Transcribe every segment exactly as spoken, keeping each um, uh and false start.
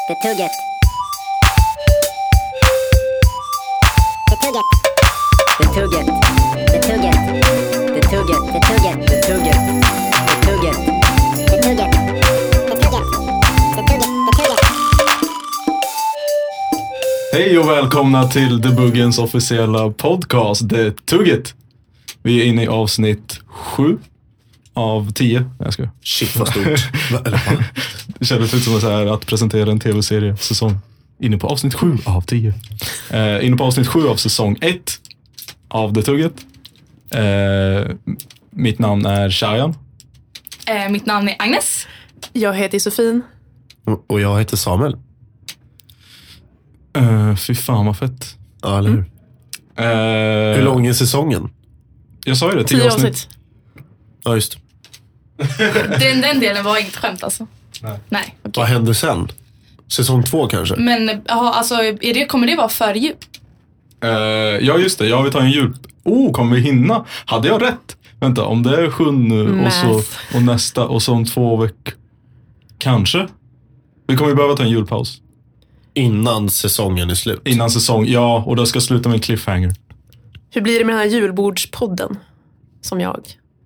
Det tugget. Det tugget. Det tugget. Det tugget. Det tugget. Det tugget. Det tugget. Det tugget. Det tugget. Det tugget. Det tugget. Det tugget. Hej och välkomna till The Buggens officiella podcast, Det Tugget. Vi är inne i avsnitt sju av tio. Jag ska. Shit vad stort. Det kändes ut som så här att presentera en tv-serie säsong. Inne på avsnitt sju av tio. Eh, inne på avsnitt sju av säsong ett av Det Tugget. Eh, mitt namn är Shayan. Eh, mitt namn är Agnes. Jag heter Sofin. Och jag heter Samuel. Eh, fy fan vad fett. Ja, eller hur? Eh, Hur lång är säsongen? Jag sa ju det, tio, Tio avsnitt. avsnitt. Ja, just. Den, den delen var inget skämt alltså. Nej. Nej, okej. Vad händer sen? Säsong två kanske? Men ja, alltså, är det, kommer det vara för jul? Eh, ja just det, jag vill ta en jul. Oh, kommer vi hinna? Hade jag rätt? Vänta, om det är sju nu och, så, och nästa och så om två veckor. Kanske. Vi kommer behöva ta en julpaus. Innan säsongen är slut. Innan säsong, ja, och det ska sluta med en cliffhanger. Hur blir det med den här julbordspodden? Som jag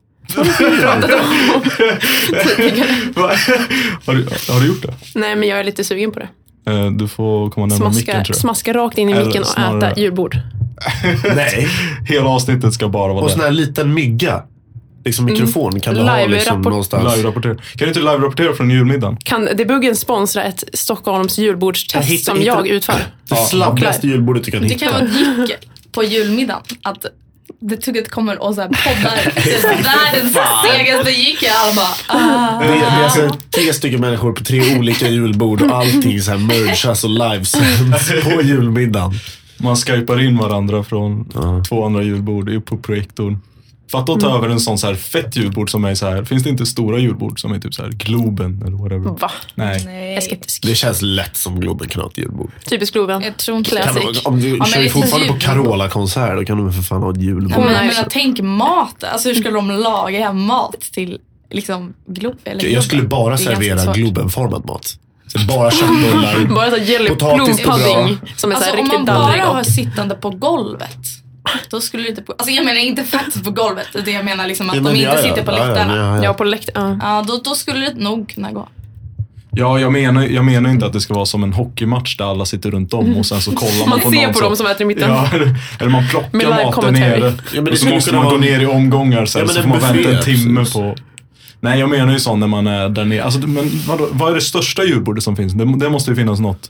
pratat om tidigare. har, du, har du gjort det? Nej, men jag är lite sugen på det. Eh, du får komma närmare micken, Smaska, tror jag. smaska rakt in i Eller micken och snarare- äta julbord. Nej. Hela avsnittet ska bara vara Och sån det. här liten mygga. Liksom mikrofon kan du ha liksom Live-rapport- någonstans. Live-rapportera. Kan du inte live-rapportera från julmiddagen? Kan Debuggen sponsra ett Stockholms julbordstest Hitta- som hitta- jag utför? Det slabbaste julbordet du kan Det hitta. kan vara en nyckel på julmiddagen. Att det tugget kommer och så här poddar. Det är världens segaste jycke. Alla bara, ah. Det är, det är alltså tre stycken människor på tre olika julbord och allting så här mergas och livesänds på julmiddagen. Man skypar in varandra från Ja. två andra julbord på projektorn. För att då ta över en sån så här fett julbord som är så här. Finns det inte stora julbord som är typ så här Globen eller whatever? Va? Nej. Jag är Nej. skeptisk. Det känns lätt som Globen kan ha ett julbord. Typiskt Globen. Jag tror inte Classic. Kan du, om du men kör det är fortfarande på jul- Carola-konsert, då kan du för fan ha ett julbord. Ja, men, Nej. men tänk mat. Alltså hur ska de laga mat till liksom Glob? Eller Jag skulle Globen? bara Det är ganska servera svårt. Globenformad mat. Så bara köttbullar. Bara så jelly Potatis plum är pudding som är så Alltså här om riktigt man dallrig bara har och... sittande på golvet, då skulle det inte på, alltså jag menar inte faktiskt på golvet, det jag menar liksom att Ja, de men inte ja, ja. sitter på Ja, ja, läktarna. ja, Ja, ja. på läktaren. Ja. Ja, då, då skulle det nog kunna gå. Ja, jag menar, jag menar inte att det ska vara som en hockeymatch där alla sitter runt om och sen så kollar man, Man på ser någon på som, dem som äter i mitten. Ja, eller, eller man plockar Med live maten commentary. nere. Ja, men det och så skulle måste kunna man gå vara- ner i omgångar sen, Ja, men så en får man vänta en buffé, timme precis. på... Nej, jag menar ju sån när man är där nere. Alltså, men vadå, vad är det största julbordet som finns? Det, det måste ju finnas något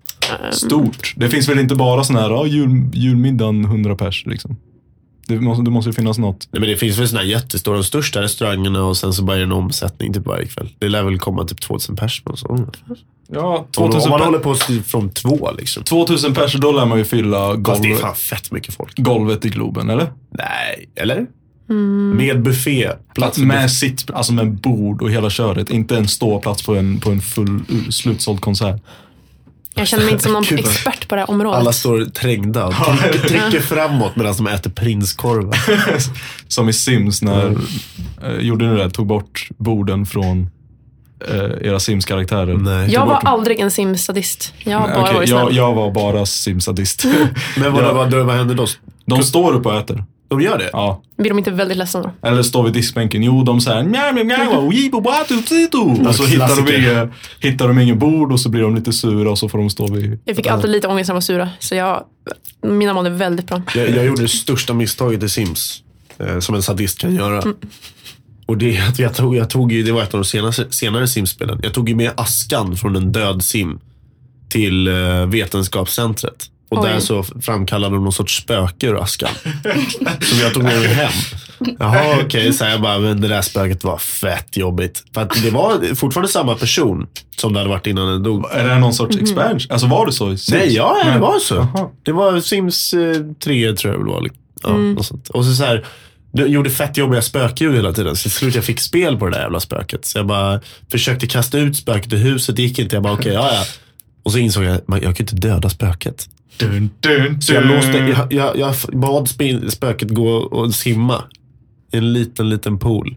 stort. Det finns väl inte bara sån här, ja, jul, julmiddagen hundra pers liksom. Det måste, det måste ju finnas något. Nej, men det finns väl såna här jättestora, de största restaurangerna och sen så bara är det en omsättning typ varje kväll. Det lär väl komma typ tvåtusen pers på så. Ja, Om tvåtusen man per, håller på från två liksom. tvåtusen pers, då lär man ju fylla Fast det är golv, fan fett mycket folk. golvet i Globen, eller? Nej, eller? Med buffé. Plats för Med sitt, alltså med bord och hela köret. Inte en ståplats på en, på en full uh, slutsåld konsert. Jag känner mig inte som någon Gud, vad- expert på det här området. Alla står trängda och trycker, trycker framåt medan de äter prinskorvar. Som i Sims när, Mm. eh, gjorde ni det? Tog bort borden från eh, era Sims-karaktärer. Nej. Jag Tog var bort- aldrig en Sims-sadist. Jag har Nej, bara okej, varit jag, snäll. jag var bara Sims-sadist. Men vad, Ja. vad, vad händer då? De står upp och äter. De gör det? Ja. Blir de inte väldigt ledsna då? Eller står vid diskbänken. Jo, de säger nja, nja, nja, wibo, watu, titu. Och så hittar de, klassiker. inga, hittar de ingen bord och så blir de lite sura och så får de stå vid... Jag fick alltid lite ångest när de var sura. Så jag, mina mådde väldigt bra. Jag, jag gjorde det största misstaget i Sims. Eh, som en sadist kan göra. Och det är att jag tog, jag tog ju, det var ett av de senaste, senare Sims-spelen. Jag tog ju med askan från en död Sim till eh, vetenskapscentret. Och Oj. där så framkallade de någon sorts spöke ur askan. Som jag tog med mig hem. Jaha, okej, okay, så jag bara, men det där spöket var fett jobbigt. För att det var fortfarande samma person som det hade varit innan den dog. Är det någon sorts expansion? Alltså var det så i Sims? Nej, ja, det Nej. var så. Jaha. Det var Sims eh, tre tror jag det var. Ja, och, sånt. Och så så här, det gjorde fett jobbiga spökljud hela tiden. Så till slut jag fick spel på det där jävla spöket. Så jag bara försökte kasta ut spöket ur huset. Det gick inte. Jag bara okej, okay, ja ja. Och så insåg jag att jag kan inte döda spöket. Dun, dun, Så jag dun. låste, jag, jag, jag bad spin, spöket gå och simma i en liten, liten pool.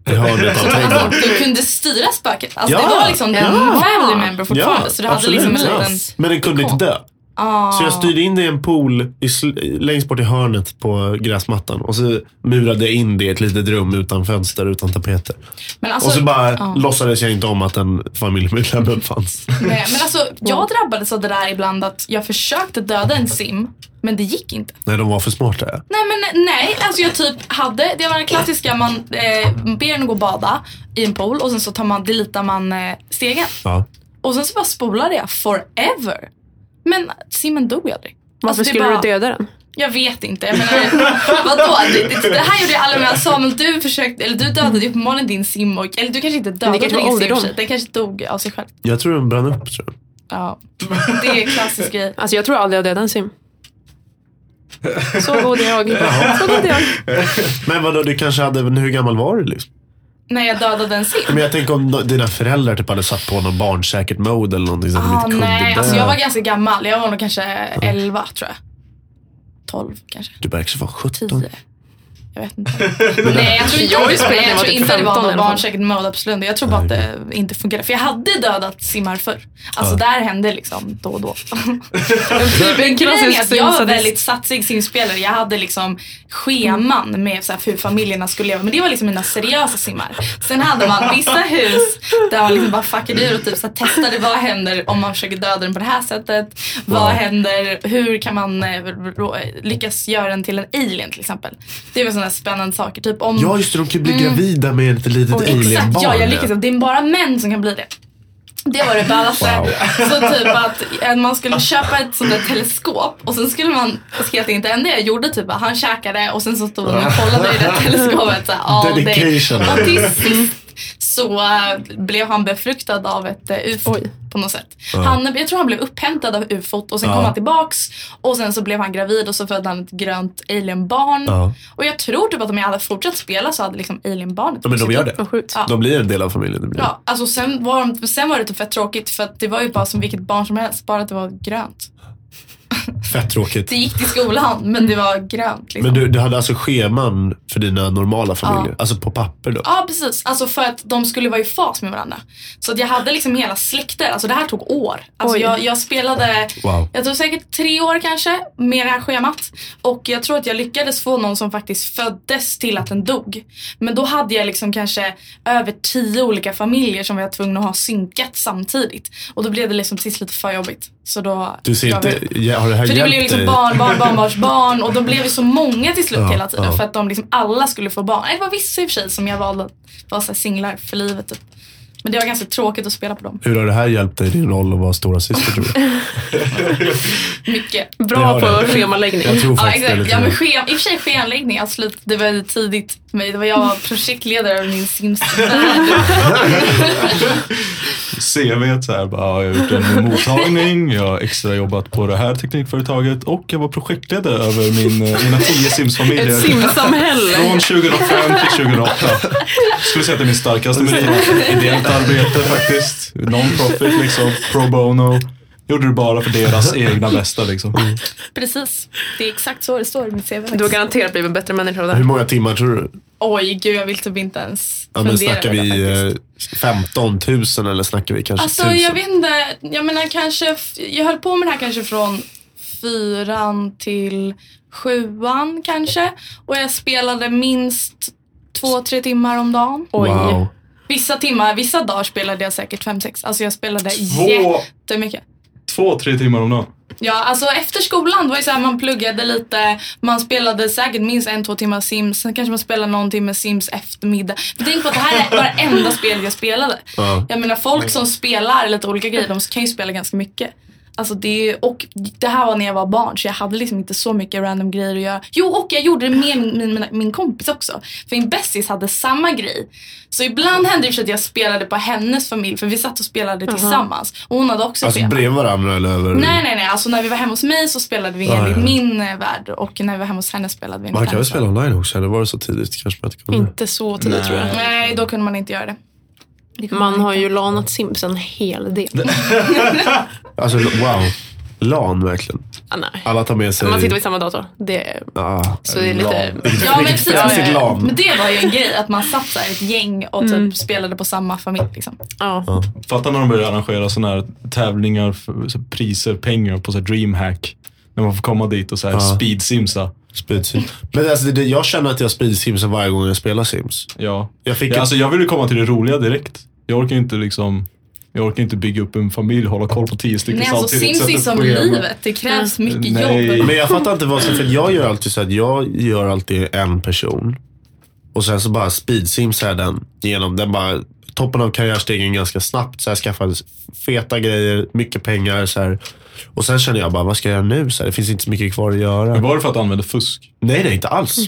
i hörnet av trädgården. Du kunde styra spöket. Alltså Ja. det var liksom en Ja. family member fortfarande. Ja, så du hade absolut. liksom en Ja. liten... Men den kunde inte dö. Ah. Så jag styrde in det i en pool i sl- längst bort i hörnet på gräsmattan. Och så murade jag in det i ett litet rum utan fönster, utan tapeter. Men alltså, Och så bara ja. låtsades jag inte om att en familjemedlem fanns. Nej, men alltså, jag drabbades av det där ibland att jag försökte döda en sim, men det gick inte. Nej, de var för smarta. Ja. Nej, men nej, alltså jag typ hade, det var den klassiska, man eh, ber en att gå och bada i en pool och sen så tar man, deletar man eh, stegen. Ja. Och sen så bara spolade jag forever. Men simmen dog aldrig. Varför Alltså, det skulle bara, du döda den? Jag vet inte. Jag menar, vadå? Det, det, det här gjorde jag aldrig med Samuel. Du försökte, eller du dödade ju uppenbarligen din sim och, eller du kanske inte dödade kanske din var sim i och för ålderdom. sig. Den kanske dog av sig själv. Jag tror den brann upp, tror jag. Ja, det är klassisk grej. Alltså jag tror aldrig jag dödade en sim. Så god är jag. Så god är jag. Men vadå, du kanske hade, hur gammal var du liksom? När jag dödade en sim. Men jag tänker om no- dina föräldrar typ hade satt på någon barnsäkert mode eller någonting så att de Ah, inte kunde nej, dö. alltså jag var ganska gammal. Jag var nog kanske elva, tror jag. tolv kanske. Du började kanske vara sjutton. tio. Jag vet inte. Nej, jag tror inte, Jag har ju jag, spelat när jag jag var tror typ inte det var femton i någon alla fall. barnsäkert mode, absolut. Jag tror bara att det inte fungerade. För jag hade dödat simmar förr. Alltså där hände liksom då och då. Men grejen är att jag var väldigt satsig simspelare. Jag hade liksom scheman med så här, hur familjerna skulle leva. Men det var liksom mina seriösa simmar. Sen hade man vissa hus där man liksom bara fuckade ur och typ så här, testade vad händer om man försöker döda den på det här sättet. Vad Wow. händer, hur kan man eh, rå- lyckas göra den till en alien till exempel. Det var sådana spännande saker. Typ om... Ja, just det, de kan ju bli gravida med ett litet Exakt, alienbarn. ja, jag lyckades. Det är bara män som kan bli det. Det var det ballaste. Wow. Så typ att eh, man skulle köpa ett sånt där teleskop och sen skulle man, ska jag inte än det jag gjorde typ att han käkade och sen så stod han och kollade i det teleskopet så här, all day. Dedication. Och till sist så äh, blev han befruktad av ett äh, ufo på något sätt. Ja. Han, jag tror han blev upphämtad av ufot och sen Ja. kom han tillbaks och sen så blev han gravid och så födde han ett grönt alienbarn. Ja. Och jag tror typ att om jag hade fortsatt spela så hade liksom alienbarnet Ja, men de gör det. Vad sjukt. Ja. De blir en del av familjen. Det blir. Ja, alltså sen var, de, sen var det typ fett tråkigt för att det var ju bara som vilket barn som helst, bara att det var grönt. Fett tråkigt. Det gick till skolan men det var grönt liksom. Men du, du hade alltså scheman för dina normala familjer? Alltså på papper då? Ja, precis. Alltså för att de skulle vara i fas med varandra. Så att jag hade liksom hela släkter. Alltså det här tog år. Alltså Oj. jag, jag spelade, Wow. jag tror säkert tre år kanske med det här schemat. Och jag tror att jag lyckades få någon som faktiskt föddes till att den dog. Men då hade jag liksom kanske över tio olika familjer som var jag tvungen att ha synkat samtidigt. Och då blev det liksom till slut lite för jobbigt. Så då... Du ser jag inte, ja, har det här För det hjälpt blev liksom dig? barn, barn, barn, barns barn. Och de blev ju så många till slut Ja, hela tiden. ja. För att de liksom alla skulle få barn. Det var vissa i och för sig som jag valde att vara så här singlar för livet typ. Men det var ganska tråkigt att spela på dem. Hur har det här hjälpt dig i din roll att vara stora syster, tror du? Mycket. Det Bra har på det. schemaläggning. Jag tror Ja, faktiskt det är exakt. lite Ja, men det. sken, i och för sig skenläggning, absolut. Det var väldigt tidigt. Men det var jag var projektledare av min Sims-värld. C V så här, bara, ja, jag har gjort en mottagning, jag har extra jobbat på det här teknikföretaget och jag var projektledare över min, eh, mina tio Sims-familjer. Ett simsamhälle. Från tjugohundrafem till tjugohundraåtta. Skulle säga att det är min starkaste merit. Ideellt arbete faktiskt. Non-profit liksom. Pro bono. Gjorde det bara för deras egna bästa liksom. Precis. Det är exakt så det står i mitt C V. Du har garanterat blivit en bättre människa av det Hur här. många timmar tror du? Oj, gud, jag vill typ inte ens Ja, men fundera snackar över det vi faktiskt. eh, femton tusen eller snackar vi kanske Alltså tusen? jag vet inte, jag menar kanske, jag höll på med det här kanske från fyran till sjuan kanske. Och jag spelade minst två, tre timmar om dagen. Oj. Wow. Vissa timmar, vissa dagar spelade jag säkert fem, sex. Alltså jag spelade Två, jättemycket. två, tre timmar om dagen. Ja, alltså efter skolan, det var ju så här, man pluggade lite, man spelade säkert minst en, två timmar Sims, sen kanske man spelade någon timme Sims eftermiddag. För tänk på att det här är bara enda spel jag spelade. Ja. Jag menar, folk som spelar lite olika grejer, de kan ju spela ganska mycket. Alltså det, och det här var när jag var barn, så jag hade liksom inte så mycket random grejer att göra. Jo, och jag gjorde det med min, min, min kompis också. För min bästis hade samma grej. Så ibland hände det för att jag spelade på hennes familj, för vi satt och spelade Jaha. tillsammans. Och hon hade också Alltså spelat. bredvid varandra eller över? Nej, nej, nej. Alltså när vi var hemma hos mig så spelade vi Ah, enligt ja. min eh, värld. Och när vi var hemma hos henne spelade vi enligt Man kan väl hennes spela värld. online också, eller var det så tidigt? Kanske man inte kunde. Inte så tidigt tror jag. Nej, då kunde man inte göra det. Det kunde Man har inte. ju lanat Sims en hel del. Alltså wow. LAN verkligen. Ah, nej. Alla tar med sig... Man sitter vid samma dator. Det är, Ah, så det är lite... Ja, men, precis, Ja, ja, ja. men det var ju en grej att man satt så här ett gäng och typ mm. spelade på samma familj liksom. Ja. Ja. Fattar när de börjar arrangera såna här tävlingar för så priser, pengar på så här Dreamhack. När man får komma dit och så här Ja. speedsimsa. Speedsim. Men alltså, det, jag känner att jag speedsimsar varje gång jag spelar Sims. Ja. Jag fick ja, ett- alltså jag vill ju komma till det roliga direkt. Jag orkar inte liksom Jag orkar inte bygga upp en familj, hålla koll på tio stycken Nej, alltså samtidigt. Sims är sätta som schema. livet. Det krävs mycket Nej. jobb. Men jag fattar inte vad som, för jag gör alltid så att jag gör alltid en person. Och sen så bara speedsimsar jag den genom, den bara toppen av karriärstegen ganska snabbt. Så här skaffar feta grejer, mycket pengar så här. Och sen känner jag bara, vad ska jag göra nu? Så här, det finns inte så mycket kvar att göra. Men var det för att använda fusk? Nej, nej, inte alls.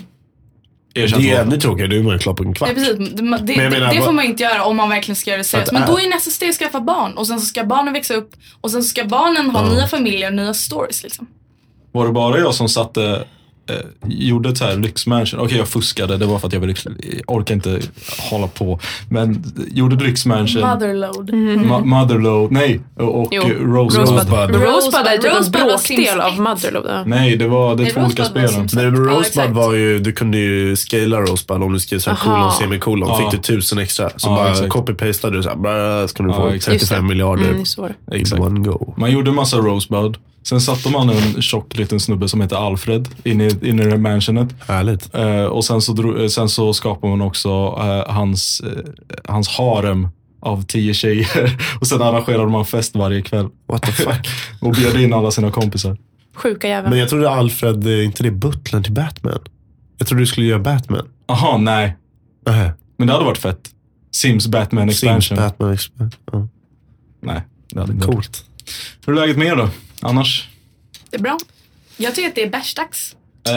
Erkänt Det är var. ännu tråkigare, du är man klar på en kvart. Ja, precis. Det, det, Men jag det, menar, det vad- får man inte göra om man verkligen ska göra det seriöst. Att- Men då är nästa steg att skaffa barn. Och sen så ska barnen växa upp. Och sen så ska barnen ha Ja. nya familjer och nya stories liksom. Var det bara jag som satte eh, gjorde ett så här lyxmansion? Okej, jag fuskade. Det var för att jag ville, jag orkar inte hålla på. Men gjorde ett lyxmansion. Motherload. Ma- Motherload. Nej. Och, och Jo. Rosebud. Rosebud. Rosebud. Rosebud är typ en Rosebud var bråkdel Sims av ett. Motherload. Ja. Nej, det var det är Nej, två olika Rosebud var spelen. Sims. Nej, men Ja, Rosebud exakt. var ju, du kunde ju scala Rosebud om du skrev såhär Aha. kolon, semikolon. Ja. Fick du tusen extra. Så Ja, bara exakt. copy-pastade du såhär, bara så kan du Ja, få exakt. Just trettiofem det. miljarder Mm, så var det. in Exakt. one go. Man gjorde en massa Rosebud. Sen satte man en tjock liten snubbe som heter Alfred inne i, inne i det mansionet. Härligt. Eh, och sen så, dro, eh, sen så skapade man också eh, hans, eh, hans harem av tio tjejer. Och sen arrangerade man fest varje kväll. What the fuck? Och bjöd in alla sina kompisar. Sjuka jäveln. Men jag trodde Alfred, är inte det butlern till Batman? Jag trodde du skulle göra Batman. Aha, nej. Nähä. Men det hade varit fett. Sims Batman expansion. Sims Batman expansion. Ja. Nej, det hade inte varit. Coolt. Hur är läget med er då? Annars? Det är bra. Jag tycker att det är bärsdags. Eh,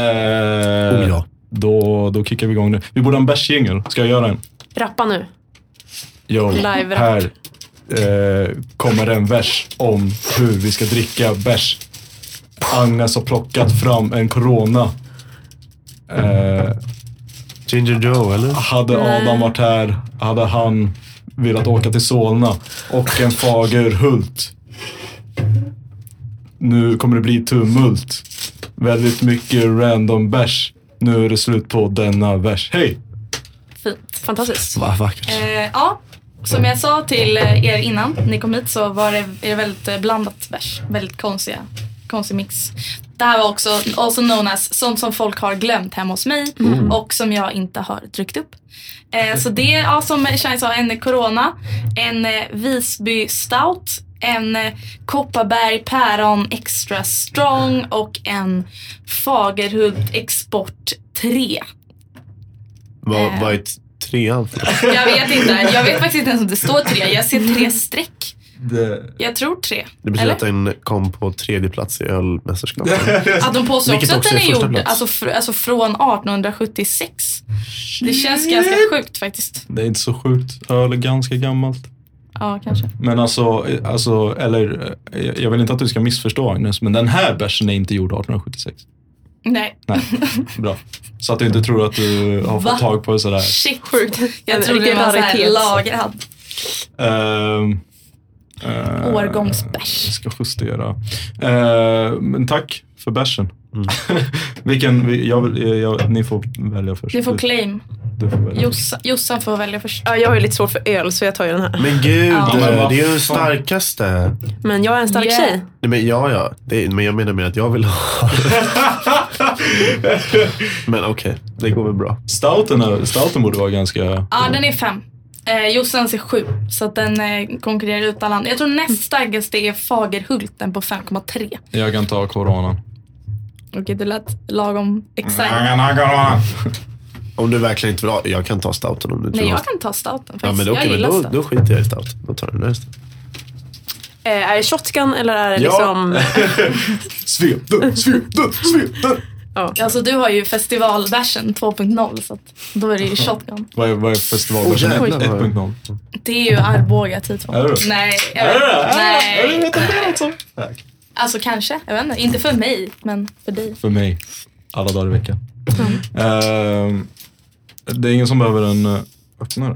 Oh, ja. då, då kickar vi igång nu. Vi borde ha en bärsjingel. Ska jag göra en? Rappa nu. Jo, Live-rap. här eh, kommer en vers om hur vi ska dricka bärs. Agnes har plockat fram en corona. Eh, Ginger Joe, eller? hade Adam varit här hade han velat åka till Solna och en fager hult. Nu kommer det bli tumult. Väldigt mycket random bärs. Nu är det slut på denna vers. Hej! Fint. Fantastiskt. Va, vackert. Eh, ja, som jag sa till er innan ni kom hit så var det, är det väldigt eh, blandat bärs. Väldigt konstiga, konstig mix. Det här var också also known as sånt som folk har glömt hemma hos mig och som jag inte har tryckt upp. Eh, så det är ja, som Shine sa, en Corona, en eh, Visby Stout, en eh, Kopparberg Päron Extra Strong och en Fagerhult Export tre. Vad eh. vad är t- trean för? Jag vet inte, jag vet faktiskt inte ens om det står tre. Jag ser tre streck. Det... Jag tror tre. Det betyder Eller? att den kom på tredje plats i ölmästerskapet. Att de påstår Vilket också att också den är är första gjord plats. alltså, fr- alltså från arton sjuttiosex. Det känns ganska sjukt faktiskt. det är inte så sjukt. Öl är ganska gammalt. Ja, kanske. Men alltså, alltså, eller eh, jag vill inte att du ska missförstå Agnes, men den här bärsen är inte gjord arton sjuttiosex. Nej. Nej, bra. Så att du inte tror att du har Va? fått tag på det sådär. Shit. Sjukt. Jag En trodde det riktig var så här raritet. lagrad. Ehm, eh, Årgångsbärs. Jag ska justera. Eh, men tack för bärsen. Mm. Vilken, vi- jag, vill- jag, ni får välja först. Du får claim. Du får välja. Jossa, Jossan får välja först. Ja, jag har ju lite svårt för öl så jag tar ju den här. Men gud, Ja. men vad det är ju den fan. starkaste. Men jag är en stark Yeah. tjej. Nej, men ja, ja. Det är, men jag menar med att jag vill ha. Men okej, det går väl bra. Stouten, är, stouten borde vara ganska... Ja, den är fem. Eh, Jossans är sju. Så att den eh, konkurrerar ut alla andra. Jag tror näst starkaste är Fagerhulten på fem komma tre. Jag kan ta coronan. Okej, det lät lagom exakt. kan ta coronan. Om du verkligen inte vill ha, jag kan ta stouten om du inte Nej, vill ha. jag kan ta stouten faktiskt. Ja, men jag okej, men gillar då, stout. då skiter jag i stout. Då tar jag den där istället. Eh, är det shotgun eller är det Ja. liksom... Sveten, sveten, sveten. Alltså du har ju festivalversion två punkt noll så att då är det ju shotgun. Vad är, vad är festivalversion Oh, jävlar, ett vad- punkt noll? Det är ju Arboga T två. Är det? Nej, jag Är vet, det? Är det? nej. vet inte det alltså. Alltså kanske, jag vet inte. Inte för mig, men för dig. För mig. Alla dagar i veckan. Ehm, det är ingen som behöver en uh, öppnare.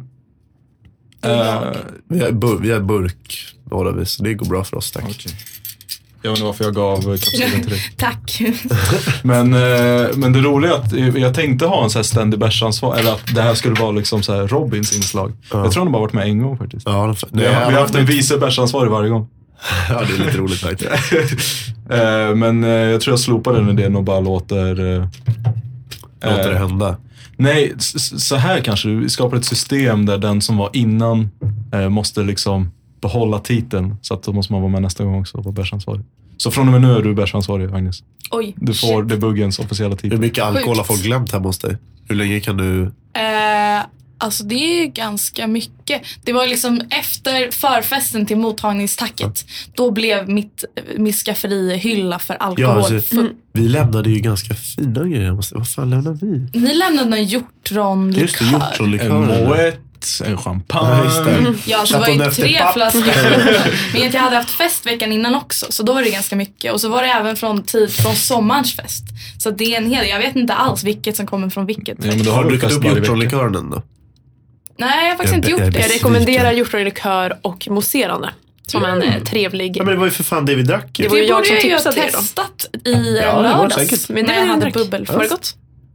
Uh, Vi har, bur, vi har burk båda vi, så det går bra för oss, tack. okay. Jag vet inte varför jag gav kapsylen till dig. Tack. Men, eh, men det roliga är att jag tänkte ha en så här ständig bärsansvar. Eller att det här skulle vara liksom så här Robins inslag. Ja. Jag tror han bara varit med en gång faktiskt. Ja, det, vi har, vi har haft en vice bärsansvarig varje gång. Ja, det är lite roligt faktiskt. eh, men eh, jag tror jag slopar den idén och bara låter... Eh, låter det hända. Nej, så här kanske. Vi skapar ett system där den som var innan eh, måste liksom behålla titeln. Så att då måste man vara med nästa gång också och vara bärsansvarig. Så från och med nu är du bärsansvarig, Agnes. Oj, du får shit. debuggens officiella titel. Hur mycket alkohol Sjukt. har folk glömt hemma hos dig? Hur länge kan du... Eh, alltså det är ju ganska mycket. Det var liksom efter förfesten till mottagningstacket. Då blev mitt, mitt skafferi hylla för alkohol. Ja, alltså, mm. Vi lämnade ju ganska fina grejer. Måste, vad fan lämnade vi? Ni lämnade en hjortronlikör. Just det, hjortronlikör. En moët, en champagne. Ja, just det. Mm. Ja, så det var ju efter tre papp. flaskor. Men jag hade haft fest veckan innan också. Så då var det ganska mycket. Och så var det även från tid från sommarens fest. Så det är en hel... Jag vet inte alls vilket som kommer från vilket. Ja, men då Har du du druckit fest upp varje vecka. hjortronlikören än då? Nej, jag har faktiskt Jag- inte jag gjort är det. Jag rekommenderar hjortronlikör och mousserande. Som en eh, trevlig... Ja, men det var ju för fan det vi drack ju. Det var ju Det jag borde som jag ju ha tipsade er då. testat i Ja, det var lördags. säkert. Men det när var jag det hade ni drack. bubbelförgott.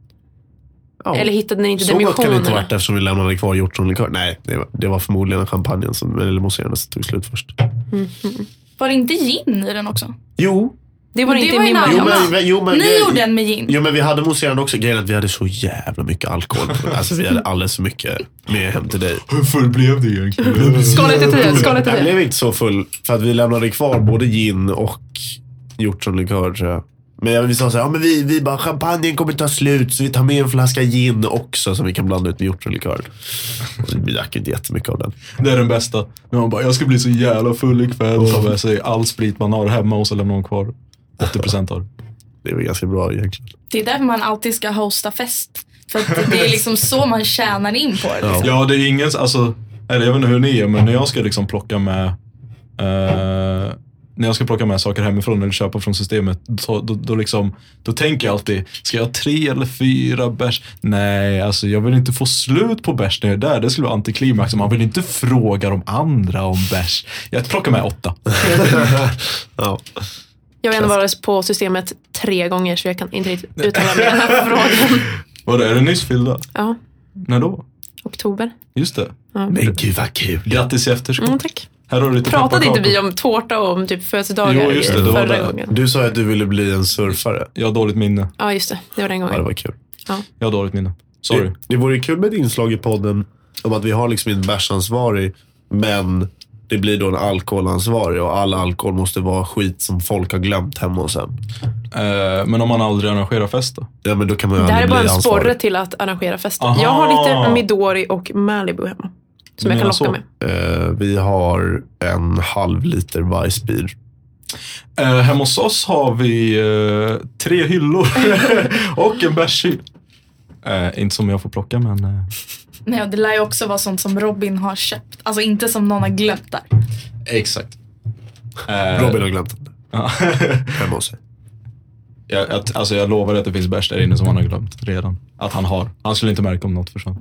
Ja. Eller hittade ni inte Så gott kan det dimensionen? inte eller? varit eftersom vi lämnade kvar hjortronlikör. Nej, det var, det var förmodligen champagnen som, eller mousserande som tog slut först. Var det inte gin i den också? Jo. Det var Men det det inte var i ju min en variant. annan. Jo, men, jo, men, Ni gjorde en med gin. Jo, men vi hade mousserande också. Grejen är att vi hade så jävla mycket alkohol. Alltså vi hade alldeles för mycket med hem till dig. Hur full blev det egentligen? Skål till tio, skål till Jag tio. blev inte så full för att vi lämnade kvar både gin och hjortronlikör, tror jag. Men jag- vi sa så här, ja, men vi, vi bara, champagnen kommer ta slut så vi tar med en flaska gin också som vi kan blanda ut med hjortronlikör. Och vi drack inte jättemycket av den. Det är den bästa. Men man bara, jag ska bli så jävla full ikväll. Så med sig all sprit man har hemma och så lämnar man kvar åttio procent av det. Det var ganska bra egentligen. Det är därför man alltid ska hosta fest. För att det är liksom så man tjänar in på det. Liksom. Ja, det är ingen, alltså, eller jag vet inte hur ni är, men när jag ska liksom plocka med eh, när jag ska plocka med saker hemifrån eller köpa från systemet, då, då, då, liksom, då tänker jag alltid, ska jag ha tre eller fyra bärs? Nej, alltså jag vill inte få slut på bärs när jag är där. Det skulle vara antiklimax. Man vill inte fråga de andra om bärs. Jag plockar med åtta. Ja. Jag har ändå varit på systemet tre gånger så jag kan inte riktigt uttala mig i den här frågan. Vad är det nyss fyllda? Ja, När då? oktober. Just det. Ja. Men gud vad kul. Grattis i efterskott. Mm, tack. Här har du lite Pratade inte pepparkakor. vi om tårta och om typ födelsedagar Jo, just det, det var förra det. gången? Du sa att du ville bli en surfare. Jag har dåligt minne. Ja, just det. Det var den Ja, det gången. var kul. Jag har dåligt minne. Sorry. Det, det vore kul med ett inslag i podden om att vi har liksom en bärsansvarig, men det blir då en alkoholansvarig och all alkohol måste vara skit som folk har glömt hemma och sen. Eh, men om man aldrig arrangerar fest då? Ja, men då kan man ju Det här är aldrig bara en bli ansvarig. sporre till att arrangera fester. Aha. Jag har lite Midori och Malibu hemma. Som jag kan Menar locka så. med. Eh, vi har en halv liter Weissbier. Eh, hemma hos oss har vi eh, tre hyllor och en bärshyll. Eh, inte som jag får plocka, men... Eh. Nej, och det lär ju också vara sånt som Robin har köpt. Alltså inte som någon har glömt där. Exakt. Eh, Robin har glömt den ja. hemma hos sig. jag, jag, alltså jag lovar att det finns bärs där inne som han har glömt redan. Att han har. Han skulle inte märka om något försvann.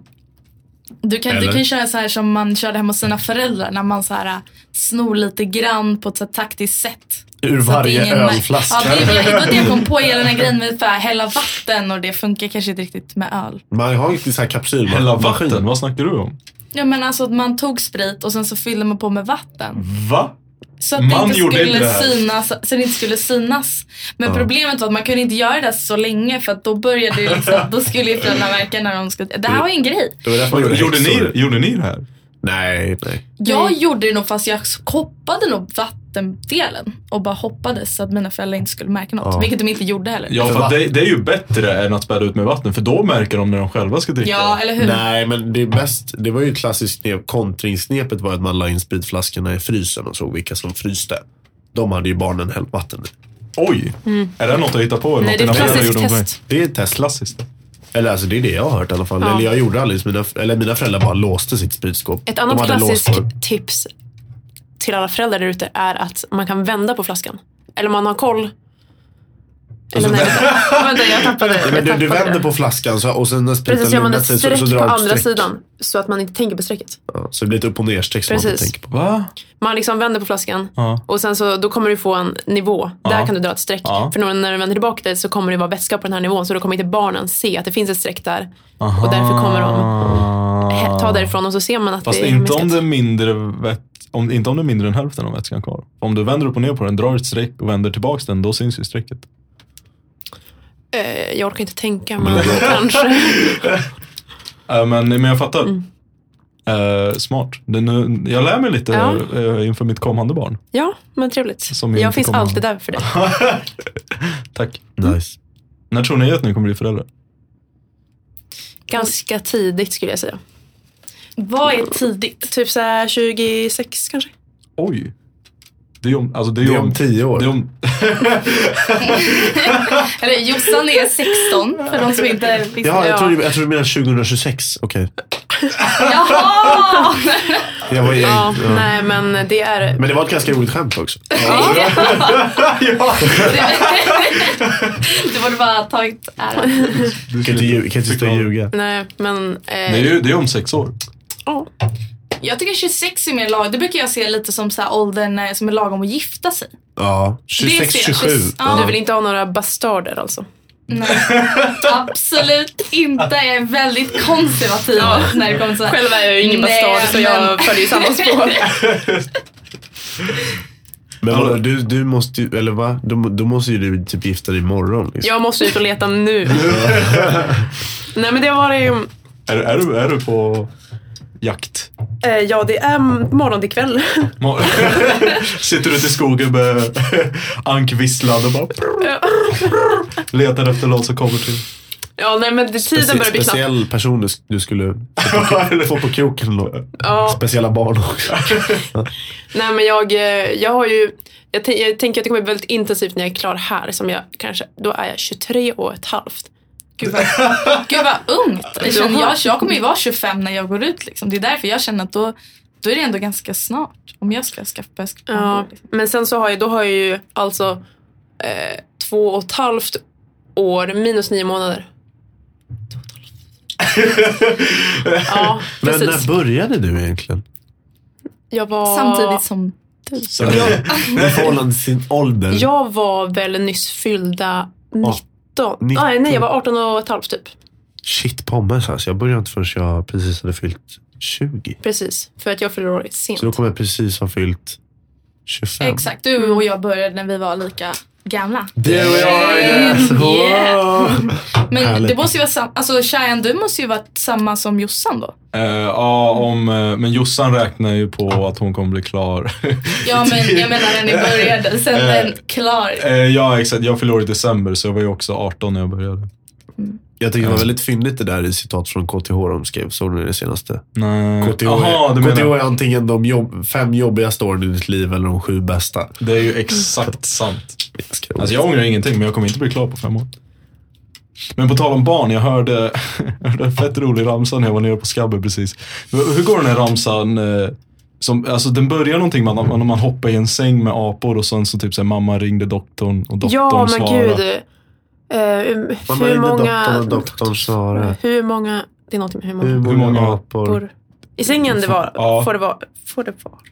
Du kan, du Eller? kan köra så här som man körde hemma hos sina föräldrar. När man så här, äh, snor lite grann på ett så här taktiskt sätt. Ur Så att varje ingen mär- ölflaska. Ja, det, det var det jag kom på. Hela den här grejen med att hälla vatten. Och det funkar kanske inte riktigt med öl. Man har inte så här kapsyl. Hälla vatten, vad snackar du om? Ja, men alltså att man tog sprit och sen så fyllde man på med vatten. Va? Så att Man det inte gjorde skulle inte det här. synas, så det inte skulle synas. Men problemet var att man kunde inte göra det så länge. För att då började det liksom, då skulle ju föräldrarna märka när de skulle... Det här var ju en grej. Det var därför man gjorde, Gjorde häxor. ni, gjorde ni det här? Nej, nej. Jag Nej. gjorde det nog fast jag hoppade nog vattendelen. Och bara hoppades så att mina föräldrar inte skulle märka något. Ja. Vilket de inte gjorde heller. Ja, För för att va- det, det är ju bättre än att späda ut med vatten. För då märker de när de själva ska dricka. Ja, eller hur? Nej, men det är bäst. Det var ju ett klassiskt knep. Kontringssnepet var att man la in spritflaskorna i frysen och såg vilka som fryste. De hade ju barnen hällt vatten i. Oj, är det något att hitta på? Eller Nej, det är något ett dina föräldrar klassiskt gjorde om test. Det är ett test. Klassiskt. Eller alltså det är det jag har hört i alla fall. Ja. Eller jag gjorde aldrig. Mina, eller mina föräldrar bara låste sitt spritskåp. Ett De annat hade låst klassiskt vår- tips till alla föräldrar där ute är att man kan vända på flaskan. Eller man har koll Eller nej, vänta, vänta, jag tappade. Nej, men jag du, du tappade vänder det. på flaskan så, och sen när Precis, spriten så gör man lugnat ett sig så, streck så på drar du andra ett streck. sidan. Så att man inte tänker på strecket. Ja, så det blir ett upp- och nerstreck som man Precis. inte tänker på. Va? Man liksom vänder på flaskan. Ja. Och sen så, då kommer du få en nivå. Ja. Där kan du dra ett streck. Ja. För när, när du vänder tillbaka dit så kommer det vara vätska på den här nivån. Så då kommer inte barnen se att det finns ett streck där. Aha. Och därför kommer de he- ta därifrån och så ser man att Fast det är inte om miskat. det är mindre vett, om, inte om det är mindre än hälften av vätskan kvar. Om du vänder upp och ner på den, drar ett streck och vänder tillbaka den, då syns ju strecket. Eh, jag orkar inte tänka, men kanske. Äh, men, men jag fattar. Mm. Uh, smart. Det nu, jag lär mig lite Ja. uh, inför mitt kommande barn. Ja, men trevligt. Som jag Jag inte finns kommer alltid ihåg. där för dig. Tack. Nice. När tror ni att ni kommer bli föräldrar? Ganska tidigt skulle jag säga. Vad är tidigt? Typ så här tjugosex kanske. Oj. Det är om, alltså det är Det är om, om tio år. Det är om, Eller Jossan är sexton, för de som inte visste. Ja, jag tror, jag tror du menar tjugohundratjugosex. Okej. Jaha! Jag var, jag, Ja, ja. nej men det är... Men det var ett ganska roligt skämt också. Du borde bara ha tagit äran. Du kan inte, lju- kan inte stå och ljuga. Nej, men... det Eh, är ju det är om sex år. ja. Jag tycker tjugosex är mer lag. Det brukar jag se lite som så här åldern eh, som är lagom att gifta sig. Ja, tjugosex Det ser- tjugosju. Ja. Du vill inte ha några bastarder alltså? Nej, absolut inte. Jag är väldigt konservativ när det kommer så här. Själv är jag ju ingen Nej, bastard så jag men- följer ju samma spår. Men vadå, du, du måste ju, eller va? Då, då måste ju du typ gifta dig imorgon. Liksom. Jag måste ut och leta nu. Nej men det var ju... Är, är, du, är du på jakt? Eh, ja, det är morgon till kväll. Ma- Sitter du ute i skogen med ankvisslan och bara letar efter någon som kommer till. Ja, nej men det, tiden Specie- börjar bli knapp. speciell person du, du skulle få på, få på kroken då. Ja. Speciella barn också. Nej men jag, eh, jag har ju... Jag, t- jag tänker att det kommer bli väldigt intensivt när jag är klar här. Som jag kanske... Då är jag tjugotre och ett halvt. Gud vad, gud vad ungt. Jag, känner, jag, jag kommer ju vara tjugofem när jag går ut. Liksom. Det är därför jag känner att då, då är det ändå ganska snart. Om jag ska skaffa ska Ja, liksom. men sen så har jag, då har jag ju alltså eh, två och ett halvt år minus nio månader. Ja, Men precis. när började du egentligen? Jag var, Samtidigt som Så, I förhållande till sin ålder? jag var väl nyss fyllda nitton. nitton. Ah, nej, jag var arton och ett halvt typ. Shit, pommes alltså. Jag började inte förrän jag precis hade fyllt tjugo. Precis, för att jag fyller år sent. Så då kommer jag precis ha fyllt tjugofem. exakt, du och jag började när vi var lika gamla. Du och jag är det. Yeah. Men Härligt. det måste ju vara samma, alltså Shayan, du måste ju vara samma som Jossan då. eh, ja, om, eh, men Jossan räknar ju på att hon kommer bli klar. Ja men jag menar när ni började, sen Eh, den klar. eh, ja, exakt. Jag fyllde år i december så jag var ju också arton när jag började. Jag tycker det var väldigt fyndigt det där i citat från K T H de skrev. Såg ni det senaste? Nej. K T H, Aha, du K T H menar. är antingen de jobb, fem jobbigaste åren i ditt liv eller de sju bästa. Det är ju exakt sant. Ganska Alltså jag ångrar ingenting, men jag kommer inte bli klar på fem år. Men på tal om barn, jag hörde, jag hörde en fett rolig ramsa när jag var nere på Skabbe precis. Hur går den här ramsan? Eh, som, alltså den börjar någonting med att man, man hoppar i en säng med apor och sen så typ så här, mamma ringde doktorn och doktorn Ja, men svarade. gud. Eh, Mamma hur ringde många... doktorn och doktorn svarade. Hur många... Det är någonting med hur många... Hur Hur många många apor? apor. I sängen det var... Ja. Får det vara... Får det vara...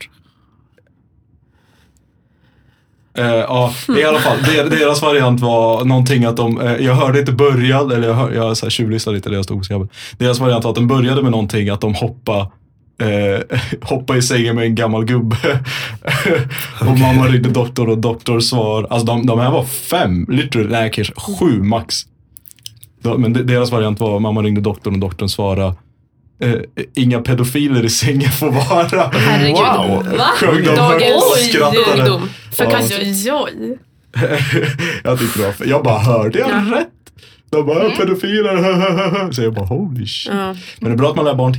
Eh, ja, i alla fall. Der, deras variant var någonting att de, eh, jag hörde inte början, eller jag, hör, jag så här tjuvlyssnade lite där jag stod på Skabbe. Deras variant var att den började med någonting att de hoppade eh, hoppa i sängen med en gammal gubbe. Och mamma ringde doktor och doktor svar. Alltså de, de här var fem, literally, nej kanske sju max. De, men de, deras variant var mamma ringde doktorn och doktorn svarade. Eh, inga pedofiler i sängen får vara. Herregud. Wow. Va? Sjöng de Dagens högt och skrattade. ungdom. För Ja. kanske... Oj, oj. Jag tyckte det var, jag bara hörde jag Ja. rätt? De bara pedofiler. Så jag bara holy shit. Ja. Men det är bra att man lär barn tidigt.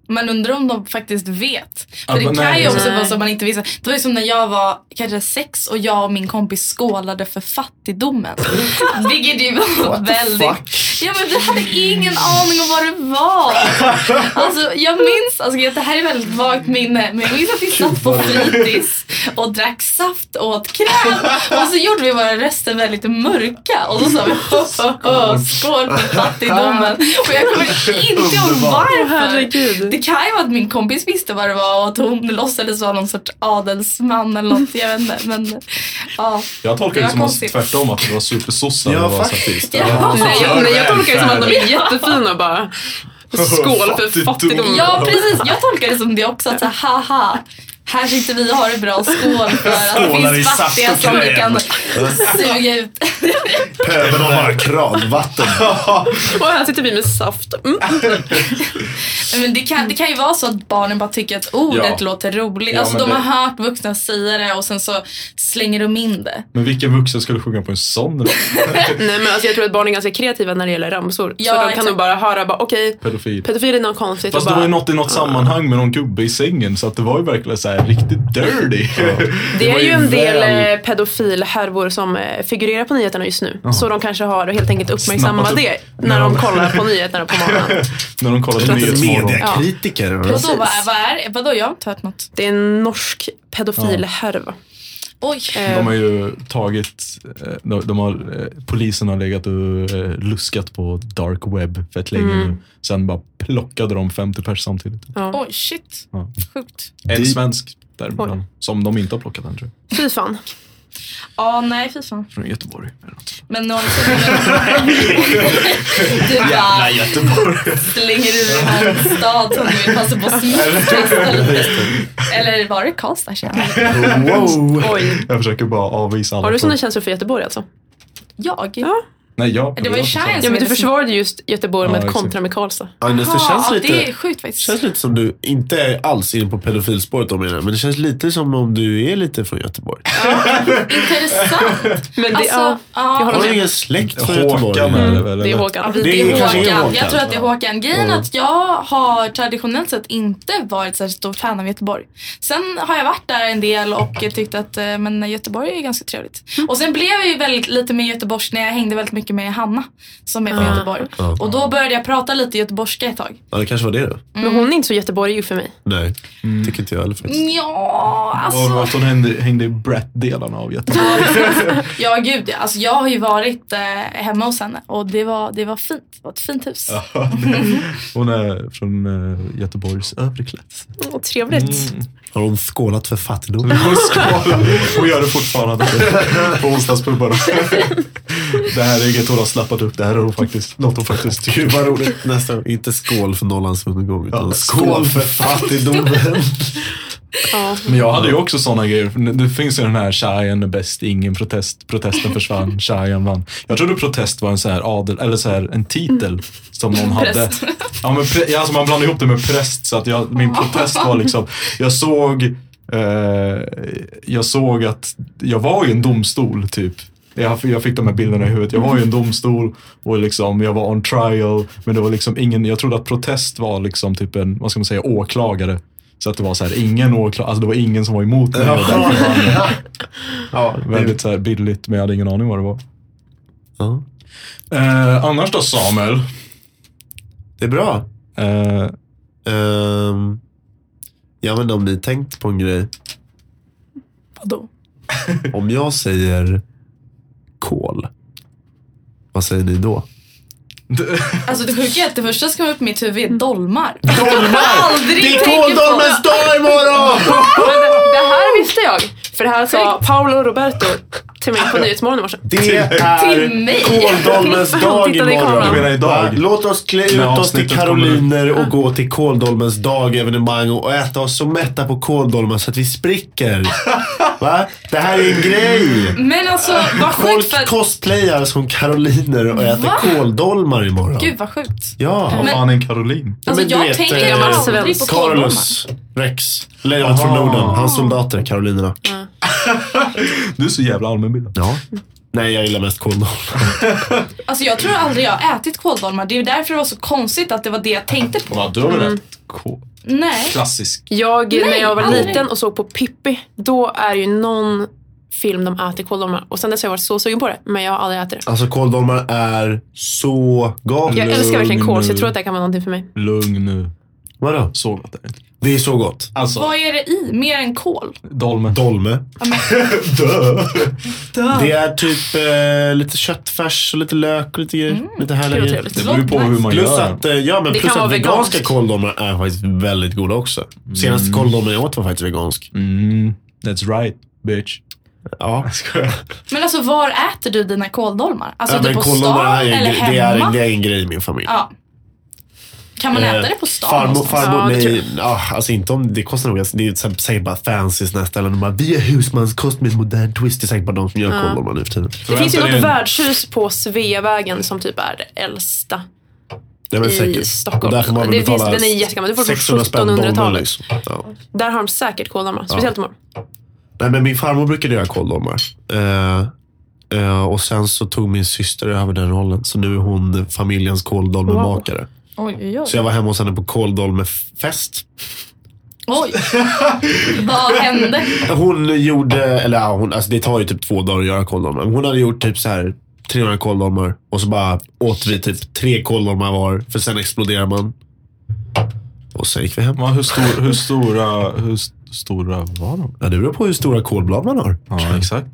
Man undrar om de faktiskt vet. För Ja, det kan nej, ju också nej. vara så att man inte visste. Det var ju som när jag var kanske sex och jag och min kompis skålade för fattigdomen. Vilket ju var väldigt... Ja, men vi hade ingen aning om vad det var. Alltså jag minns, alltså det här är väldigt vagt minne, men jag minns att vi satt på fritids och drack saft och åt kräm. Och så gjorde vi våra röster väldigt mörka. Och så sa vi skål för fattigdomen. Och jag kommer inte ihåg varför. Herregud. Det kan ju vara att min kompis visste vad det var och att hon låtsades vara någon sorts adelsman eller något, jag vet inte. Men ja, Jag tolkar det var som att konstigt. tvärtom att det var supersossar. Ja, det var så- faktiskt. Ja. Nej, jag, nej, jag tolkar det som att de är jättefina och bara skål för Fattigdom. fattigdom. Ja, precis. Jag tolkar det som det också. Att så här, haha, här sitter vi och har det bra. Skål för att det Skålar i finns saft fattiga och som vi kräm. kan suga ut. Pöbeln har bara kranvatten. Och här sitter vi med saft. Mm. Men det kan, det kan ju vara så att barnen bara tycker att ordet Ja. låter roligt. Ja, Alltså men de det- har hört vuxna säga det och sen så slänger de in det. Men vilken vuxen skulle sjunga på en sån Nej, men alltså, jag tror att barn är ganska kreativa när det gäller ramsor. Ja, så de kan exakt. nog bara höra, bara, okej, pedofil? pedofil är något konstigt. Fast och det bara, var ju något i något sammanhang med någon gubbe i sängen, så att det var ju verkligen så här riktigt dirty. Det är var ju en del väl- eh, pedofilhärvor som eh, figurerar på nyheterna just nu. Så de kanske har helt enkelt uppmärksammat Snappat det upp. när Ja. de kollar på nyheterna på morgonen. När de kollade på Nyhetsmorgon. Mediakritiker. Vadå, vad, vad är vadå, jag har inte hört något. Det är en norsk pedofilhärva. Oj. Eh, De har ju tagit, eh, de, de har, eh, polisen har legat och eh, luskat på dark web fett länge nu. Sen bara plockade de femtio pers samtidigt. ja. Oj, shit. Ja. Sjukt. En svensk däribland, som de inte har plockat än, tror jag. Fy fan. Ja, nej, fy fan. Från Göteborg. eller något. Men någonsin... Du bara Göteborg. slänger ur en stad som du vill passa på att smutskasta lite. Eller var det Karlstad, känner jag? Wow. Oj. Jag försöker bara avvisa alla. Har du sådana frågor. känslor för Göteborg alltså? Jag? Ja. Nej, jag. Det var ju jag- Shine. Ja, men du försvarade just Göteborg Ja, med ett exakt. kontra med Karlstad. Agnes, det Jaha, känns ja, lite... det är sjukt faktiskt. känns lite som du inte är alls inne på pedofilspåret om det, men det känns lite som om du är lite från Göteborg. Intressant. Men det, Alltså, ja, ja. jag håller Har du med. ingen släkt från Göteborg? Håkan eller väl? Det är eller? Håkan. Ja, det, Det är är kanske Håkan. är Håkan. Jag tror att det är Håkan. Grejen är att jag har traditionellt sett inte varit så stort fan av Göteborg. Sen har jag varit där en del och tyckt att eh, men Göteborg är ganska trevligt. Och sen blev jag ju väldigt lite med Göteborgs när jag hängde väldigt mycket med Hanna som är från Göteborg. Ja. Och då började jag prata lite göteborgska ett tag. Ja, det kanske var det då. Men hon är inte så Göteborg för mig. Nej, tycker inte jag heller faktiskt. Ja, Och alltså. att hon hängde, hängde i Brett-delarna av Göteborg. Ja, gud ja. Alltså, jag har ju varit eh, hemma hos henne och det var, det var fint. Det var ett fint hus. Hon är från uh, Göteborgs övre klass. Åh, trevligt. Mm. Har hon skålat för fattigdom? Hon skålar. Hon gör det fortfarande på onsdagspubbarna. Det här är inget hon har slappat upp. Det här är hon faktiskt, något hon faktiskt tycker. Gud vad roligt. Nästan, inte skål för Norrlands undergång, utan Ja, skål för fattigdomen. Ja. Men jag hade ju också såna grejer. Det finns ju den här Shayan är bäst, ingen protest. Protesten försvann, Shayan vann. Jag trodde protest var en så här adel, eller så här en titel som någon hade. Präst. Ja, men pre, ja, alltså man blandade ihop det med präst, så att jag, min protest var liksom, jag såg eh, jag såg att jag var i en domstol typ. Jag, jag fick de här bilderna i huvudet. Jag var i en domstol och liksom, jag var on trial, men det var liksom ingen, jag trodde att protest var liksom typ en, vad ska man säga, åklagare. Så att det var så här, ingen åklagare, alltså det var ingen som var emot mig. Och därför vann jag. Ja, väldigt så här billigt, men jag hade ingen aning vad det var. Ja, Eh, annars då, Samuel? det är bra. Eh, Um, jag vet inte om ni tänkt på en grej. Vadå? Om jag säger kol, vad säger ni då? Alltså det sjuka är att det första som kommer upp i mitt huvud är dolmar. Dolmar! Aldrig Det är tänker på kåldolmens dag imorgon! Men det, det här visste jag. För det här sa Paolo Roberto till mig på Nyhetsmorgon i morse. Det Till är mig. kåldolmens dag Tittade i imorgon. kameran. Jag menar idag. Va? Låt oss klä ut När oss till avsnittet Karoliner och gå till kåldolmens dag-evenemang och äta oss så mätta på kåldolmen så att vi spricker. Va? Det här är en grej. Men alltså vad sjukt Folk för... cosplayar som Karoliner och äter Va? kåldolmar imorgon. Gud vad sjukt. Ja. vad Men- fan är en Karolin? Alltså men du jag vet, tänker eh, gammal aldrig på svensk. kåldolmar. Carlos Rex, lejonet från Aha. Norden, hans soldater, Karolinerna. Du är så jävla allmänbildad. Ja. Nej, jag gillar mest kåldolmar. Alltså jag tror aldrig jag har ätit kåldolmar. Det är därför det var så konstigt att det var det jag tänkte på. Ja, du har väl mm. ätit kål? Nej. Klassisk. Jag, Nej, när jag var aldrig. liten och såg på Pippi, då är ju någon film de äter kåldolmar. Och sen dess har jag varit så sugen på det, men jag har aldrig ätit det. Alltså kåldolmar är så gott. Jag älskar verkligen kål, så jag nu. tror att det kan vara någonting för mig. Lugn nu. Vadå? Så gott är det inte. Det är så gott. Alltså, Vad är det i? Mer än kål? dolme. Dolme. Ja, men, Det är typ eh, lite köttfärs och lite lök och lite, mm. lite härliga Kul och grejer. trevligt. Det beror ju på hur man Plus gör. att, eh, ja, men Det plus kan att vara veganska veganskt. kåldolmar är faktiskt väldigt goda också. Senaste kåldolmen jag åt var faktiskt vegansk. Mm, that's right, bitch. Ja. men alltså var äter du dina kåldolmar? Alltså Ja, typ men på kåldolmar stan är, eller det, är, hemma? det är en grej i min familj. Ja. Kan man äta Eh, det på stan? Farmor, någonstans? farmor, Ja, det tror nej, ja, alltså inte om det kostar nog. Det är säkert säkert bara fancy sådana ställen. De bara, vi är husmanskost med en modern twist. Det är säkert bara de som gör kåldolmar nu för tiden. Det finns ju Förväntar något dig en- värdshus på Sveavägen som typ är det äldsta Ja, men i säkert. Stockholm. Där får man väl Det finns, betala den är jättegammal. Du får det på sexhundra spänn dollar, sjuttonhundratalet. liksom. Ja. Där har de säkert kåldolmar, speciellt imorgon. Nej, men min farmor brukade göra kåldolmar. Uh, uh, och sen så tog min syster över den rollen. Så nu är hon familjens kåldolmemakare. Oj, oj, oj. Så jag var hemma hos henne på kåldolmefest. Oj. Vad hände? Hon gjorde, eller ja, hon, alltså det tar ju typ två dagar att göra kåldolmar. Hon hade gjort typ så här trehundra kåldolmar. Och så bara åt vi typ tre kåldolmar var. För sen exploderar man. Och sen gick vi hem. Ja, hur, stor, hur, stora, hur st- stora var de? Ja, det beror på hur stora kålblad man har. Ja, exakt.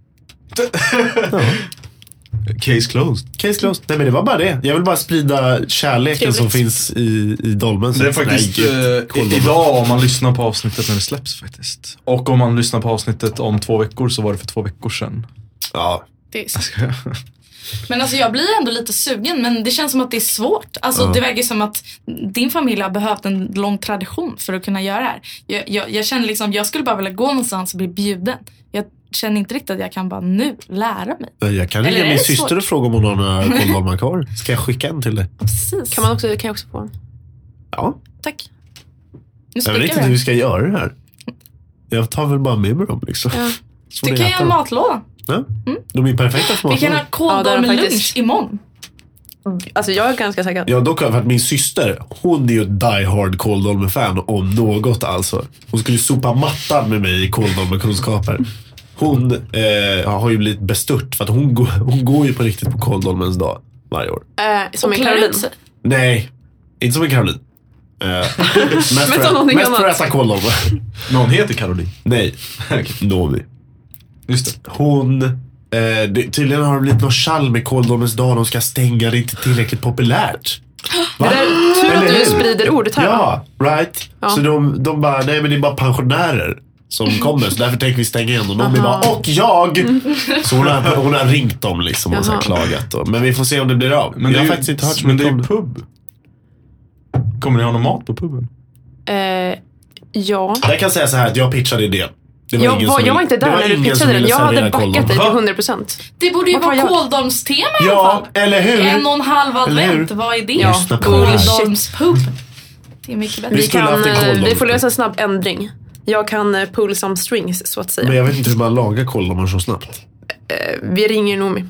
Case closed. Case closed. Nej, men det var bara det. Jag vill bara sprida kärleken Trevligt. som finns i, i dolmen. Det är faktiskt Nej, eh, kåldolmar. idag om man lyssnar på avsnittet när det släpps faktiskt. Och om man lyssnar på avsnittet om två veckor så var det för två veckor sedan. Ja. Det är så. Men alltså jag blir ändå lite sugen, men det känns som att det är svårt. Alltså det verkar som att din familj har behövt en lång tradition för att kunna göra det här. Jag, jag, jag känner liksom, jag skulle bara vilja gå någonstans och bli bjuden. Jag känner inte riktigt att jag kan bara nu lära mig. Jag kan Eller ringa är min det syster svårt? och fråga om hon har några kåldolmar kvar. Ska jag skicka en till dig? Precis. Kan, man också, kan jag också få en? Ja. Tack. Nu Jag vet inte spikar hur vi. vi ska göra det här. Jag tar väl bara med mig dem liksom. Ja. Så Du det kan äta göra en dem. matlåda. Ja. De är perfekta för Vi kan ha matlådor. Ja, det är de kåldolme-lunch faktiskt. imorgon. Alltså jag är ganska säker. Ja, dock för att min syster, hon är ju ett die hard kåldolme-fan om något alltså. Hon skulle sopa mattan med mig i kåldolme-kunskaper. Hon eh, har ju blivit bestört för att hon, går, hon går ju på riktigt på kåldolmens dag varje år. Eh, som Och en klär Caroline. ut sig. Nej, inte som en Caroline. Eh, mest som för, någonting mest för att annat. äta kåldolme. Någon heter Caroline. Nej, Nomi. Just det. Hon, eh, det, tydligen har det blivit någon tjall med kåldolmens dag. De ska stänga, det är inte tillräckligt populärt. Det där, tur att Eller du hur? sprider ordet här. Ja, right. Ja. Så de, de bara, nej men det är bara pensionärer som kommer. Så därför tänker vi stänga igen. Och de är bara, och jag! Så hon har, hon har ringt dem liksom och så här Jaha. klagat. Och, men vi får se om det blir av. Men jag det är har ju, faktiskt inte hört så men det mycket är om ju det. pub. Kommer ni ha någon mat på puben? Eh, ja. Jag kan säga så här att jag pitchade idén. Det var Jag ingen var, som jag var ville- inte det där när du ingen som pitchade den. ville Jag hade servera backat kåldolmar. dig till Va? hundra procent. Det borde ju Vad fan vara gör- kåldolmstema i alla Ja, fall. eller hur? En och en halv Eller hur? advent, vad är det? Ja, Lyssna på det här. Kåldolmspub. Det är mycket bättre. Vi Vi, skulle kan, haft en eh, kåldolm. vi får lösa en snabb ändring. Jag kan eh, pull some strings så att säga. Men jag vet inte hur man lagar kåldolmar så snabbt. Eh, vi ringer Nomi.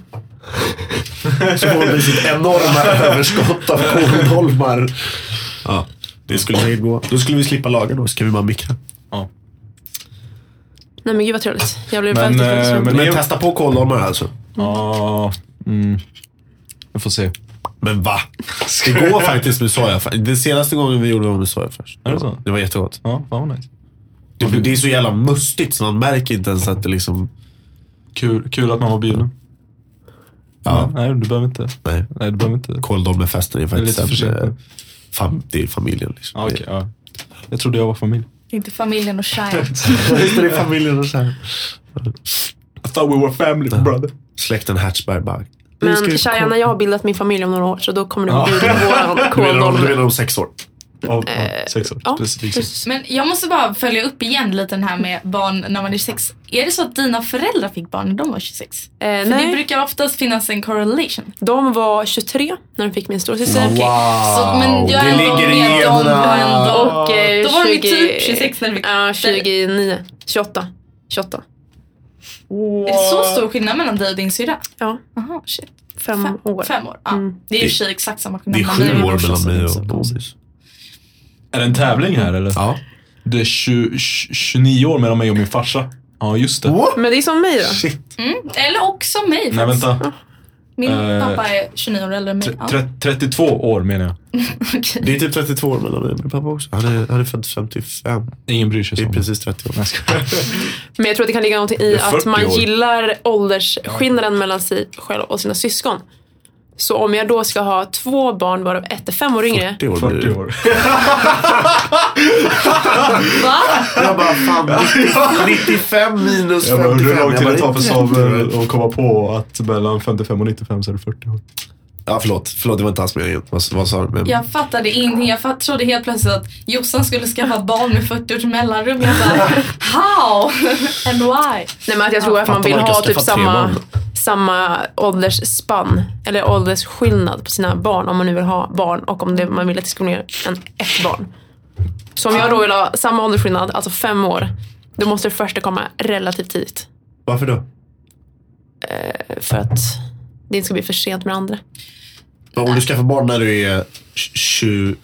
Så får hon sitt enorma överskott av kåldolmar. Ja, det skulle säkert gå. Då skulle vi slippa laga då, så kan vi bara mikra. Ja. Nej men gud vad trevligt. Jag blev Men, väldigt, eh, väldigt sugen. men Men det- testa på kåldolmar alltså. Ja, mm. Jag får se. Men va? Det går faktiskt med sojafärs. Den senaste gången vi gjorde det var med sojafärs. Är det så? Det var jättegott. Ja, fan vad nice. Det, det är så jävla mustigt så man märker inte ens att det liksom... Kul, kul att man var bjuden. Ja. Nej, du behöver inte. Nej. Nej, du behöver inte. Kåldolmefesten är faktiskt... Det är lite för sent. eh, fam, det är familjen liksom. Ja, okej, ja. Jag trodde jag var familj. Inte familjen och Shine. Visst är det familjen och så här. I thought we were family, brother. Släkten Hatchberg bara... Nu ska vi Men Cheyenne, jag har bildat min familj om några år så då kommer du Ja. att bjuda på våran Du menar om- du kåldolme. menar om sex år? Ja, ja, sex år. Ja, Precis. precis. Men jag måste bara följa upp igen lite den här med barn när man är tjugosex. Är det så att dina föräldrar fick barn när de var tjugosex? Eh, För det nej, brukar oftast finnas en correlation. de var tjugotre när de fick min storasyster. Okej, så, men jag är det ändå ligger i med dem generna. var ändå... Och eh, Då var de ju tjugo typ tjugosex när de fick... Ja, tjugonio, tjugoåtta, tjugoåtta. Är det så stor skillnad mellan dig och din syrra? Ja. Aha, shit. Fem, Fem år. Fem år, ja. Mm. Det är ju i och för sig exakt samma skillnad. Det är men sju min år brorsa mellan som mig är så och konstigt. Boris. Är det en tävling här eller? Ja. Det är tjugo, tjugonio år mellan mig och min farsa. Ja, just det. What? Men det är som mig då. Shit. Mm. Eller också mig Nej, faktiskt. vänta. Min Eh, pappa är tjugonio år äldre än mig. Tre, Ja. tre, trettiotvå år menar jag. Okej. Det är typ trettiotvå år mellan mig och min pappa också. Han är, han är född femtiofem. Ingen bryr sig Det är så. precis trettio år. Jag skojar. Men jag tror att det kan ligga någonting i Det är att man fyrtio år. gillar åldersskillnaden mellan sig själv och sina syskon. Så om jag då ska ha två barn varav ett är fem år yngre. fyrtio år. blir fyrtio det. år. Va? Jag bara, fan, nittiofem minus Jag bara, hur femtiofem. lång tid Jag det bara, tar för Samuel att komma på att mellan femtiofem och nittiofem så är det fyrtio år. Ja, förlåt. Förlåt, det var inte alls meningen. Vad, vad sa du? Men... Jag fattade ingenting. Jag fatt, trodde helt plötsligt att Jossan skulle skaffa barn med fyrtio års mellanrum. Jag bara, how? And why? Nej, men att jag tror att man Fattar vill man ha kan typ skaffa tre samma, barn. samma åldersspann eller åldersskillnad på sina barn om man nu vill ha barn och om det, man vill att det ska bli en ett barn. Så om jag då vill ha samma åldersskillnad, alltså fem år, då måste det första komma relativt tidigt. Varför då? För att det inte ska bli för sent med andra. Om du skaffar barn när du är tjugonio.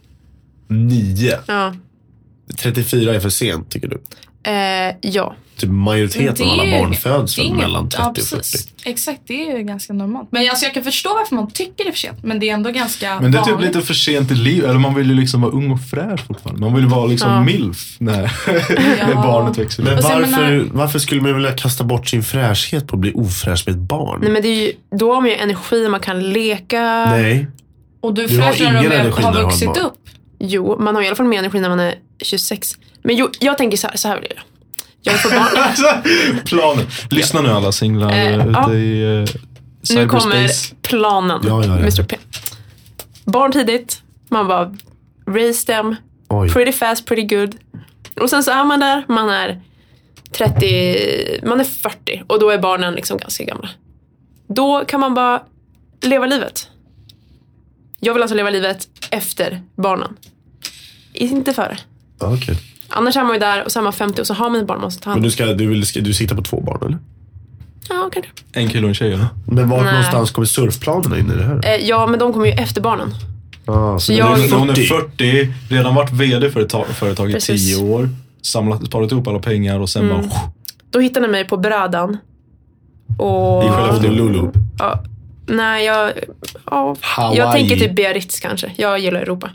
Ja. trettiofyra är för sent, tycker du? Eh, ja. Typ majoriteten av alla barn föds det är väl inget- mellan ja, trettio och precis. fyrtio. Exakt, det är ju ganska normalt. Men alltså, jag kan förstå varför man tycker det är för sent. Men det är ändå ganska Men det är typ vanligt. lite för sent i livet. Eller man vill ju liksom vara ung och fräsch fortfarande. Man vill ju vara liksom Ja. milf när, när barnet växer upp. Men Och sen varför, menar- varför skulle man vilja kasta bort sin fräschhet på att bli ofräsch med ett barn? Nej, men det är ju, då har man ju energi, man kan leka. Nej. Och du är Du har fräsch när ingen de är- energi har när du har vuxit barn. upp. Jo, man har i alla fall mer energi när man är tjugosex. Men jo, jag tänker så här, så här blir det. Jag vill få barn. Planen. Lyssna nu alla singlar Eh, eh, ute ja. i uh, Nu kommer cyberspace. planen, Ja, ja, ja. mister P. Barn tidigt, man bara raise them, Oj. pretty fast, pretty good. Och sen så är man där, man är trettio, man är fyrtio och då är barnen liksom ganska gamla. Då kan man bara leva livet. Jag vill alltså leva livet efter barnen. Inte före. Ja, okej. Annars är man ju där och så är man femtio och så har man ett barn man måste ta hand Men om. du, ska, du, vill, ska, du siktar på två barn, eller? Ja, kanske. En kille och en tjej, eller? Men var Nej. någonstans kommer surfplanerna in i det här? Eh, ja, men de kommer ju efter barnen. Ah, så jag- när du Hon hon är fyrtio. fyrtio, redan varit vd för ett ta- företag i Precis. tio år. Samlat, sparat ihop alla pengar och sen Mm. bara... Då hittar ni mig på brädan. Och... I själva- Honolulu. Ja, nej, jag... Ja, Hawaii. jag tänker typ Biarritz kanske. Jag gillar Europa.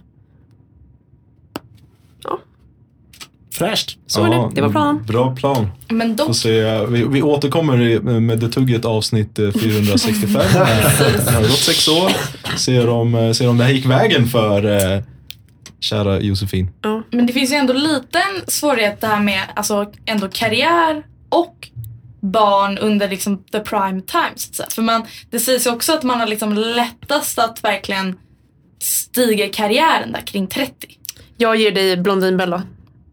Fräscht. Så är det. Det var planen. Bra plan. Men Får dock, se, vi, vi återkommer i- med det tugget avsnitt eh, fyrahundrasextiofem. Eh, Det har gått sex år. Ser om, eh, ser om det här gick vägen för eh, kära Josefin. men det finns ju ändå liten svårighet det här med alltså, ändå karriär och barn under liksom the prime time. Så att säga. För man, det sägs ju också att man har liksom lättast att verkligen stiga i karriären där kring trettio. Jag ger dig Blondinbella.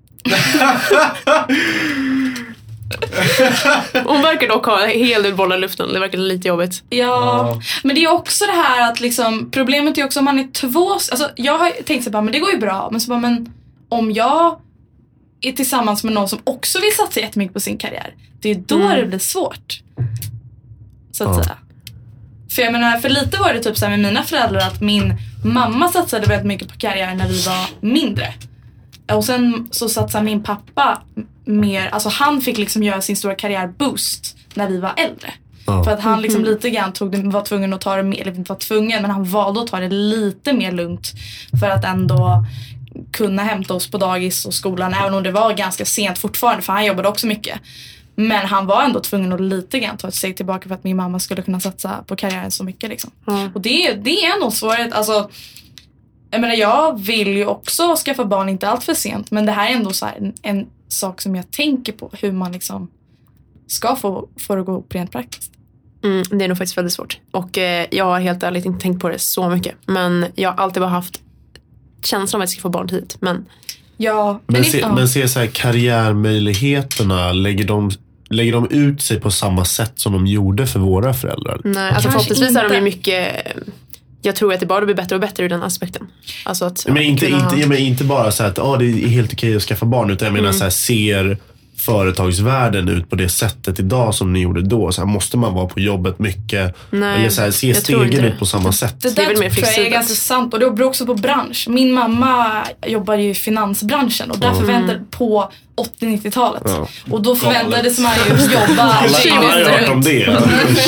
Hon verkar dock ha en hel del bollar i luften. Det verkar lite jobbigt. Ja, Ja. men det är också det här att liksom, problemet är ju också om man är två, alltså jag har tänkt så bara, men det går ju bra, men så bara, men om jag är tillsammans med någon som också vill satsa jättemycket på sin karriär, det är då Mm. det blir svårt. Så att Ja. säga. För jag menar, för lite var det typ så här med mina föräldrar att min mamma satsade väldigt mycket på karriären när vi var mindre. Och sen så satsade min pappa mer, alltså han fick liksom göra sin stora karriärboost när vi var äldre. Ja. För att han liksom lite grann tog det, var tvungen att ta det mer, eller inte var tvungen, men han valde att ta det lite mer lugnt för att ändå kunna hämta oss på dagis och skolan, även om det var ganska sent fortfarande, för han jobbade också mycket. Men han var ändå tvungen att lite grann ta ett steg tillbaka för att min mamma skulle kunna satsa på karriären så mycket liksom. Ja. Och det, det är nog svårighet, alltså jag menar, jag vill ju också skaffa barn inte allt för sent, men det här är ändå så här en, en sak som jag tänker på, hur man liksom ska få, få det att gå ihop rent praktiskt. Mm, det är nog faktiskt väldigt svårt. Och eh, jag har helt ärligt inte tänkt på det så mycket. Men jag har alltid bara haft känslan av att jag ska få barn tidigt. Men Ja, Men, det- se, ja. men se så här, karriärmöjligheterna, lägger de, lägger de ut sig på samma sätt som de gjorde för våra föräldrar? nej, alltså Kanske förhoppningsvis är de ju inte. mycket... Jag tror att det bara blir bättre och bättre ur den aspekten. Alltså att Men inte, kunna- inte, ja, men inte bara så här att ah, det är helt okej att skaffa barn, utan jag menar Mm. så här, ser, företagsvärlden ut på det sättet idag som ni gjorde då? Så här, måste man vara på jobbet mycket? Nej, eller så här, se stegen ut på samma sätt? Det där är väl mer tror jag är flexibelt. ganska sant och det beror också på bransch. Min mamma jobbar ju i finansbranschen och där Mm. förväntade på åttio-nittiotalet. Ja. Och då förväntades man ju jobba Alla, alla har dygnet hört om runt. det.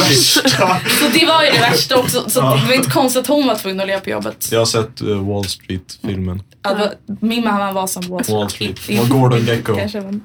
Så det var ju det värsta också. Så det var inte konstigt att hon var tvungen att leva på jobbet. Jag har sett uh, Wall Street-filmen. Ja, det var, min mamma var som Wall Street. Wall Street. Och Gordon Gekko. Kanske, men...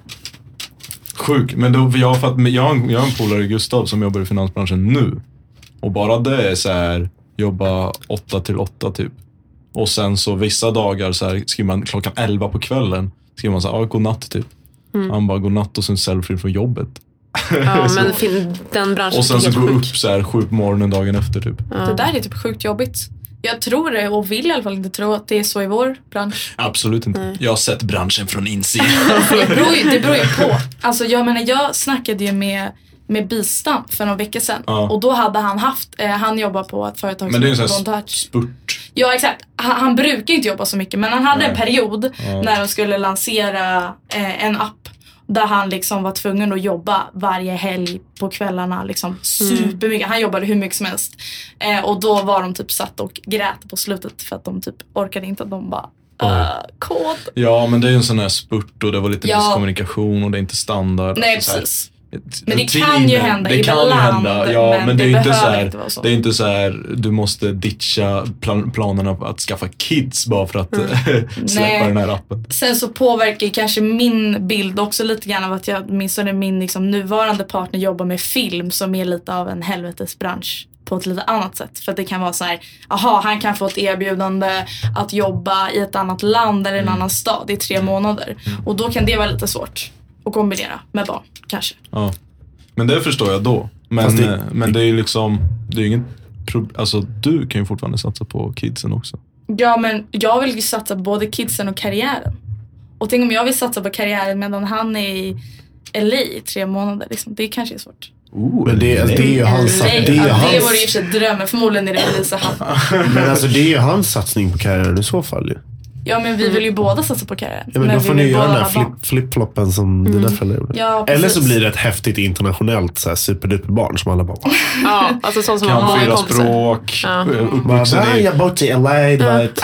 Sjuk. Men då, jag, för att, jag, har en, jag har en polare, Gustav, som jobbar i finansbranschen nu. Och bara det är så här, jobba åtta till åtta typ. Och sen så vissa dagar så här, skriver man klockan elva på kvällen. Skriver man så här, ah, godnatt typ. Mm. Han bara, godnatt och sen selfie från jobbet. Ja, men fin, den branschen Och sen så är går helt upp sjuk. så här sju på morgonen dagen efter typ. Ja. Det där är typ sjukt jobbigt. Jag tror det och vill i alla fall inte tro att det är så i vår bransch. Absolut inte. Nej. Jag har sett branschen från insidan. Det beror ju, det beror ju på. Alltså jag menar, jag snackade ju med, med Bistam för några veckor sedan. Ja. Och då hade han haft, eh, han jobbar på ett företag Men det är ju som en sån heter här Bontage. spurt. Ja, exakt. Han, han brukar inte jobba så mycket, men han hade Nej. en period Ja. när de skulle lansera eh, en app. Där han liksom var tvungen att jobba varje helg på kvällarna liksom supermycket. Han jobbade hur mycket som helst. Eh, och då var de typ satt och grät på slutet för att de typ orkade inte. Att de bara, uh, kod. Ja, men det är ju en sån här spurt och det var lite Ja. misskommunikation och det är inte standard. Nej, Alltså så här, precis. ett- Men det rutiner. kan ju hända det kan ju ibland, hända, ja, men, men det är det ju inte så behöver här, inte vara så. det är inte så här, du måste ditcha plan, planerna på att skaffa kids bara för att släppa Nej. den här appen. Sen så påverkar ju kanske min bild också lite grann av att jag åtminstone min liksom, nuvarande partner jobbar med film som är lite av en helvetesbransch på ett lite annat sätt. För att det kan vara så här, aha, han kan få ett erbjudande att jobba i ett annat land eller en annan stad i tre månader. Och då kan det vara lite svårt att kombinera med barn, kanske. Ja. Men det förstår jag då. Men, Fast det- eh, men det är ju liksom, det är ju ingen pro- alltså du kan ju fortfarande satsa på kidsen också. Ja, men jag vill ju satsa på både kidsen och karriären. Och tänk om jag vill satsa på karriären medan han är i L A i tre månader. Liksom. Det kanske är svårt. Oh, Men det, alltså, det är ju hans, Nej, det är ju ja, det hans, vore ju för sig drömmen. Förmodligen är det väl Lisa han. men alltså, det är ju hans satsning på karriären i så fall ju. Ja, men vi vill ju båda satsa på karriären. Ja, men då vi får ni vill göra båda den här ha barn. flip, flip-floppen som dina föräldrar gjorde. Ja, Eller precis. så blir det ett häftigt internationellt så här, superduperbarn som alla bara wow. Ja, alltså sånt som man kan har fyra kompisar. språk, Ja. eh, Bara, uppvuxen "Va, i... jag bor till L A, du vet."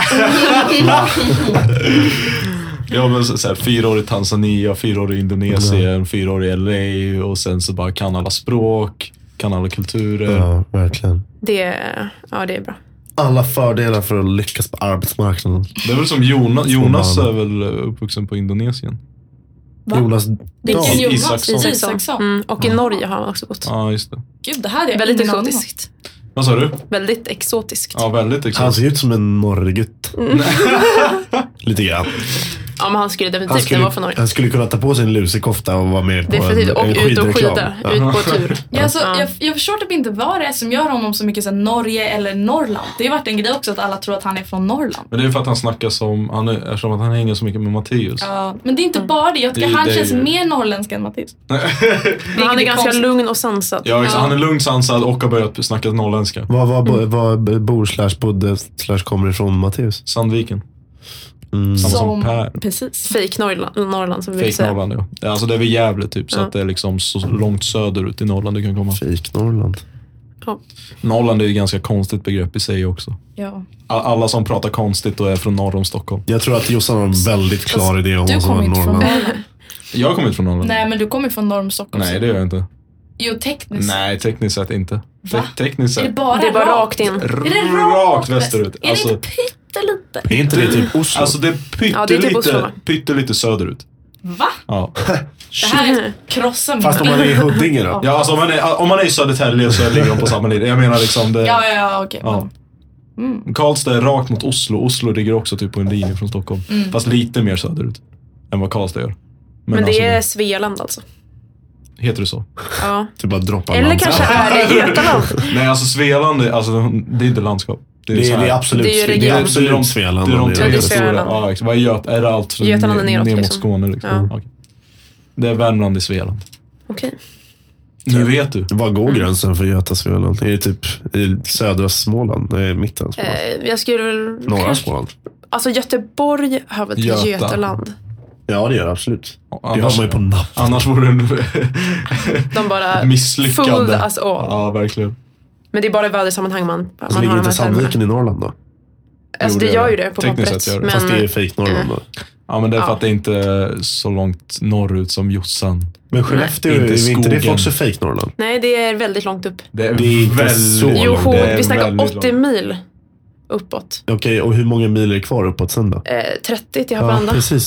Ja, men så, så här, fyra år i Tanzania, fyra år i Indonesien, fyra år i L A och sen så bara kan alla språk, kan alla kulturer. Ja, verkligen. Det, ja, det är bra. Alla fördelar för att lyckas på arbetsmarknaden. Det är väl som Jonas, Jonas barn. är väl uppvuxen på Indonesien. Va? Jonas Vilken Dahl. Jonas? Isaksson. Isaksson. Mm, och i Norge har han också bott. Ja, just det. Gud, det här är jag Väldigt ingen aning om. exotiskt. Vad sa du? Väldigt exotiskt. Ja, väldigt Han exakt. ser ut som en norrgutt. Lite grann. Ja, men han skulle Han definitivt skulle, vara från Norge. han skulle kunna ta på sig en lusekofta och vara med på Definitivt. en, Och en ut och skidreklam. skida. Ut på tur. Ja, alltså, Ja. jag, jag förstår typ inte vad det är som gör honom så mycket så här, Norge eller Norrland. Det har varit en grej också att alla tror att han är från Norrland. Men det är för att han snackar som, han är, eftersom att han hänger så mycket med Matteus. Ja, men det är inte bara det. Jag tycker Det är han det känns ju. mer norrländsk än Mattias. Men han är är ganska konstigt. lugn och sansad. Ja, exakt. Ja. Han är lugnt sansad och har börjat snacka norrländska. Vad var, mm. var bor slash bodde slash kommer ifrån Matteus? Sandviken. Mm. Samma som Per. Precis. Fake Norrland, Norrland som vi vill Fake säga. Norrland, ja. Alltså det är vid Gävle typ, så Ja. att det är liksom så långt söderut i Norrland du kan komma. Fik Norrland. Ja. Norrland är ju ett ganska konstigt begrepp i sig också. Ja. A- Alla som pratar konstigt och är från norr om Stockholm. Jag tror att Jossan har en väldigt klar idé om Du vad som kommer är inte från Norrland. Norrland. Jag kommer inte från Norrland. Nej, men du kommer från norr om Stockholm. Nej, det gör jag inte. Jo, tekniskt. Nej, tekniskt sett inte. Te- Va? tekniskt Är det sett. bara, Det är bara rakt in. Är det Rakt rakt västerut. Är Alltså- det inte pyttelite? Är inte det typ Oslo? Alltså det är Ja, det är typ Oslo, pyttelite, va? pyttelite söderut. Va? Ja. Det här är krossa min Fast om man är i Huddinge då? Ja, alltså om man är, om man är i Södertälje så ligger de på samma linje. Jag menar liksom det. Ja, ja, ja, okej. Ja. Mm. Karlstad är rakt mot Oslo. Oslo ligger också typ på en linje från Stockholm. Mm. Fast lite mer söderut än vad Karlstad gör. Men det alltså, är Svealand alltså. heter det så? Ja. Typ bara droppa Eller landskap. kanske är det Götaland. Nej, alltså Svealand är, alltså, det är inte landskap. Det så är, här- det är absolut, Det är ju det är region. absolut Svealand. Det är de om tre Ja, det är stora. Svealand. Ja, exakt. Vad är Göt? Är det allt från Götaland är ner, neråt, ner mot liksom. Skåne liksom? Ja. Okej. Det är Värmland i Svealand. Okej. Nu vet du. Var går gränsen för Göta-Svealand? Är det typ i södra Småland? Det är mitten Småland. Eh, jag skulle väl... Norra kanske- Småland. Alltså Göteborg hör väl till Göta. Götaland. Ja, det gör det absolut. Annars, det har man ju på napp. Annars vore det en De bara misslyckande. fooled us all. Ja, verkligen. Men det är bara i vädersammanhang man, man Så ligger har inte de här termerna. Sandviken i Norrland då? Alltså Jo, det gör ju det på tekniskt pappret. sett gör det. Men, Fast det är fake Norrland då. Ja, men det är för Ja. att det inte är så långt norrut som Jossan. Men Skellefteå, Inte är inte det skogen. också fake Norrland? nej, det är väldigt långt upp. Det är, Det är inte väldigt så långt. Jo, långt. Det är vi snackar väldigt åttio långt. mil uppåt. Okej, och hur många mil är det kvar uppåt sen då? Eh, trettio till Ja, Haparanda. precis.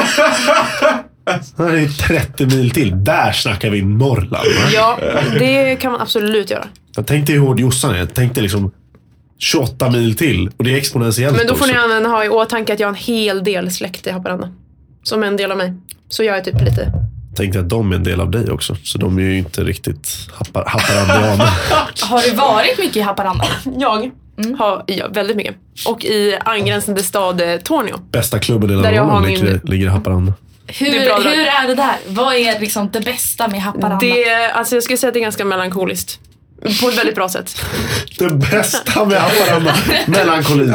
Det är trettio mil till. Där snackar vi Norrland. Va? Ja, det kan man absolut göra. Jag tänkte hur hård Jossan är. Jag tänkte liksom tjugoåtta mil till. Och det är exponentiellt Men då får också. ni även ha i åtanke att jag har en hel del släkt i Haparanda. Som en del av mig. Så jag är typ lite... Tänkte att de är en del av dig också. Så de är ju inte riktigt happar, happarandianer. Har du varit mycket i Haparanda? Jag har ja, väldigt mycket. Och i angränsande stad eh, Tornio. Bästa klubben i hela Där jag har Norrland min- ligger, ligger i Haparanda. Hur, Det är bra drag. hur är det där? Vad är liksom det bästa med Haparanda? Det, alltså jag skulle säga att det är ganska melankoliskt. På ett väldigt bra sätt. Det bästa med Haparanda. Melankolin.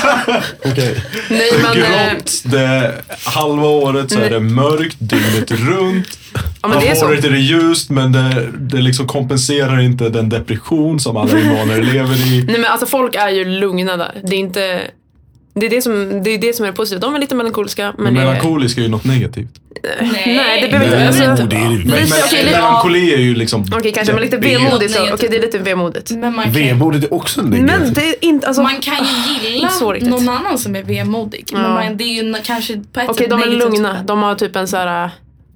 Okej. Nej, men... eh, Grått, det, halva året så är det mörkt, dygnet runt. Ja, men det är Halva så. året är det ljust, men det, det liksom kompenserar inte den depression som alla invånare lever i. Nej, men alltså folk är ju lugna där. Det är inte... Det är det som, det är, det som är positivt. De är lite melankoliska. Men Men det är, melankolisk är ju något negativt. nej, det behöver inte... Nej, Alltså, jo, det är det. Men, Lite, men okej, lite- melankoli är ju liksom... Okej, kanske, men lite det är- vemodigt så. negativt. Okej, det är lite vemodigt. Men man kan, Vemodigt är också en negativ. Men det är inte... Alltså, man kan ju gilla så riktigt. någon annan som är vemodig. Ja. Men man, det är ju n- kanske på ett Okej, sätt de är negativt. lugna. De har typ en så här...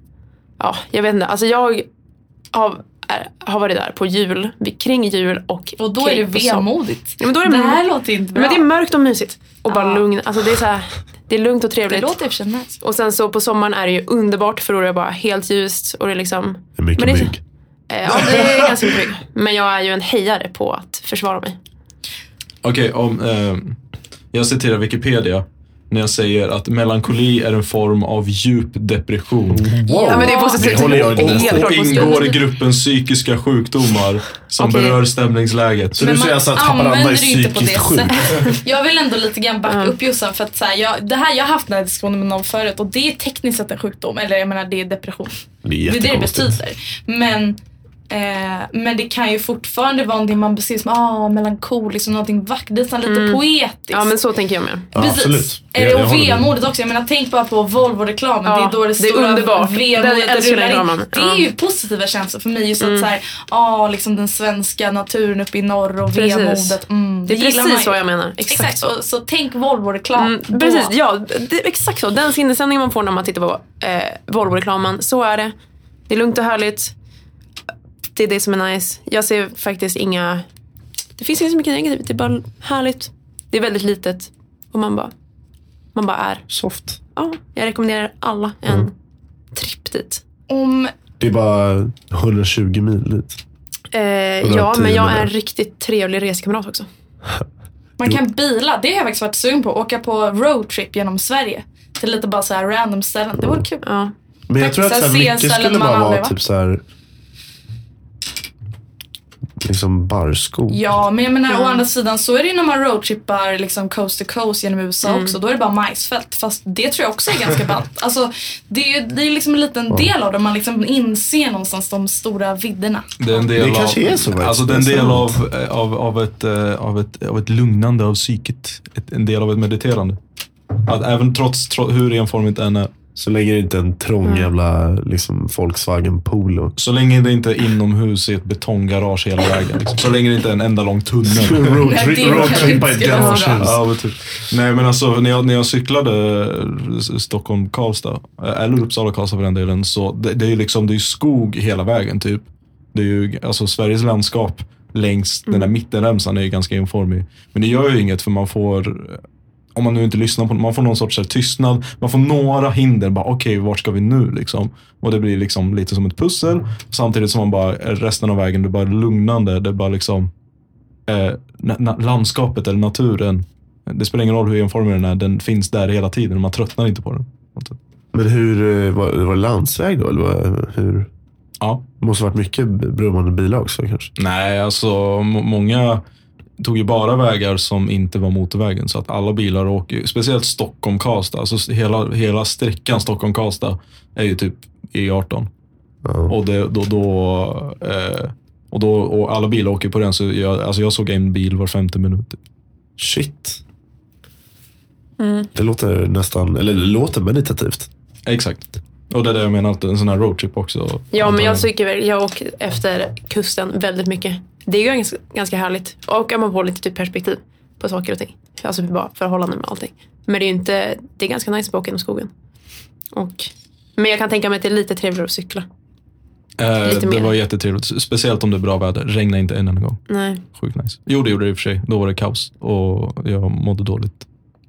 Ja, jag vet inte. Alltså jag har, är, har varit där på jul, vid- kring jul och Och då är det kring på sommar. vemodigt. Ja, men då är det, Det här låter inte bra. men det är mörkt och mysigt. Och bara Ja. lugn. Alltså det är så här, det är lugnt och det trevligt. låter i och för sig nice. Och sen så på sommaren är det ju underbart för då är det bara helt ljust och det är liksom... Det är mycket Men det är- mygg. Eh, ja, det är ganska mycket. Men jag är ju en hejare på att försvara mig. Okej, om... Eh, jag citerar Wikipedia när jag säger att melankoli är en form av djup depression. Wow. Ja, men det är positivt. Det håller jag Och, inte Helt och klart ingår i positivt. gruppen psykiska sjukdomar som Okej. berör stämningsläget. Så Men du säger man alltså att Haparanda är använder det inte på psykiskt det sjuk? sättet. Jag vill ändå lite grann backa upp Jossan för att så här, jag, det här, jag har haft den här diskussionen med någon förut och det är tekniskt sett en sjukdom. Eller jag menar det är depression. Det är Det är det det jättekonstigt. betyder. Men, eh, men det kan ju fortfarande vara någonting man beskriver som ah, melankoliskt och någonting vackert, nästan lite poetiskt. Ja, men så tänker jag med. Ja, Precis. absolut. Eh, Jag- jag och håller med. vemodigt också. Jag menar, tänk bara på Volvo-reklamen. Ja, det är då det det är stora underbart. Den- vemodet jag älskar den rullar in. reklamen. Det Ja. är ju positiva känslor för mig. Just att så här, ah, liksom den svenska naturen uppe i norr och Precis. vemodet. Mm, Det är gillar man precis ju. så jag menar. Exakt, Exakt, så. så. Så tänk Volvo-reklam. Mm, då. precis, ja. Det är exakt så. Den sinnesstämningen man får när man tittar på eh, Volvo-reklamen. Så är det. Det är lugnt och härligt. Det är det som är nice. Jag ser faktiskt inga... Det finns inte så mycket negativt. Det är bara härligt. Det är väldigt litet. Och man bara... Man bara är. Soft. Ja, jag rekommenderar alla en Mm. tripp dit. Om Det är bara hundratjugo mil dit. Eh, ja, hundratio men jag är menar en jag. riktigt trevlig reskamrat också. man kan bila, det har jag faktiskt varit sugen på. Åka på roadtrip genom Sverige. Till lite bara så här random ställen. Det vore kul. Ja. Men jag tror att så här, Faktiskt, se mycket ställen skulle man bara aldrig vara varit. typ så här... Liksom barskog. Ja, men jag menar Ja. å andra sidan så är det ju när man roadtrippar liksom coast to coast genom U S A också. Då är det bara majsfält. Fast det tror jag också är ganska ballt. Alltså, det är ju det är liksom en liten del av det. Man liksom inser någonstans de stora vidderna. Det är en del Det kanske av, är så, faktiskt. alltså det är en Det är del av, sant. av, av, ett, eh, av, ett, av ett lugnande av psyket. Ett, en del av ett mediterande. Att även trots, trots hur enformigt än är. Så länge det inte är en trång jävla liksom, Volkswagen Polo. Så länge det inte är inomhus i ett betonggarage hela vägen. Liksom. Så länge det inte är en enda lång tunnel. Nej, det är Roadtrippa i ett sjukt. garagehus. Ja, men typ. Nej, men alltså när jag, när jag cyklade Stockholm-Karlstad, eller Uppsala-Karlstad för den delen, så det, det är ju liksom, det är ju skog hela vägen typ. Det är ju, alltså Sveriges landskap längs den där mittenremsan är ju ganska enformig. Men det gör ju inget för man får, om man nu inte lyssnar på, man får någon sorts här tystnad, man får några hinder, bara okej, okay, vart ska vi nu liksom? Och det blir liksom lite som ett pussel, samtidigt som man bara, resten av vägen, det är bara lugnande, det är bara liksom eh, na- na- landskapet eller naturen, det spelar ingen roll hur enformig den är, den finns där hela tiden och man tröttnar inte på den. Men hur, var, var det landsväg då? Eller var, hur? Ja. Det måste ha varit mycket brummande bilar också kanske. Nej, alltså må- många tog ju bara vägar som inte var motorvägen. Så att alla bilar åker, speciellt Stockholm-Karlstad. Alltså hela, hela sträckan Stockholm-Karlstad är ju typ E arton. Ja. Och, det, då, då, eh, och då och alla bilar åker på den. Så jag, alltså jag såg en bil var femte minut. Shit. Mm. Det låter nästan, eller det låter meditativt. Exakt. Och det är det jag menar, att en sån här roadtrip också. Ja, men jag tycker väl, jag åker efter kusten väldigt mycket. Det är ju ganska, ganska härligt. Och man får lite typ perspektiv på saker och ting. Alltså bara förhållanden med allting. Men det är ju inte, det är ganska nice att åka genom skogen. Och, men jag kan tänka mig att det är lite trevligare att cykla. Eh, lite det mer. var jättetrevligt. Speciellt om det är bra väder. Regna inte en enda gång. Nej. Sjukt nice. Jo, det gjorde det i och för sig. Då var det kaos. Och jag mådde dåligt.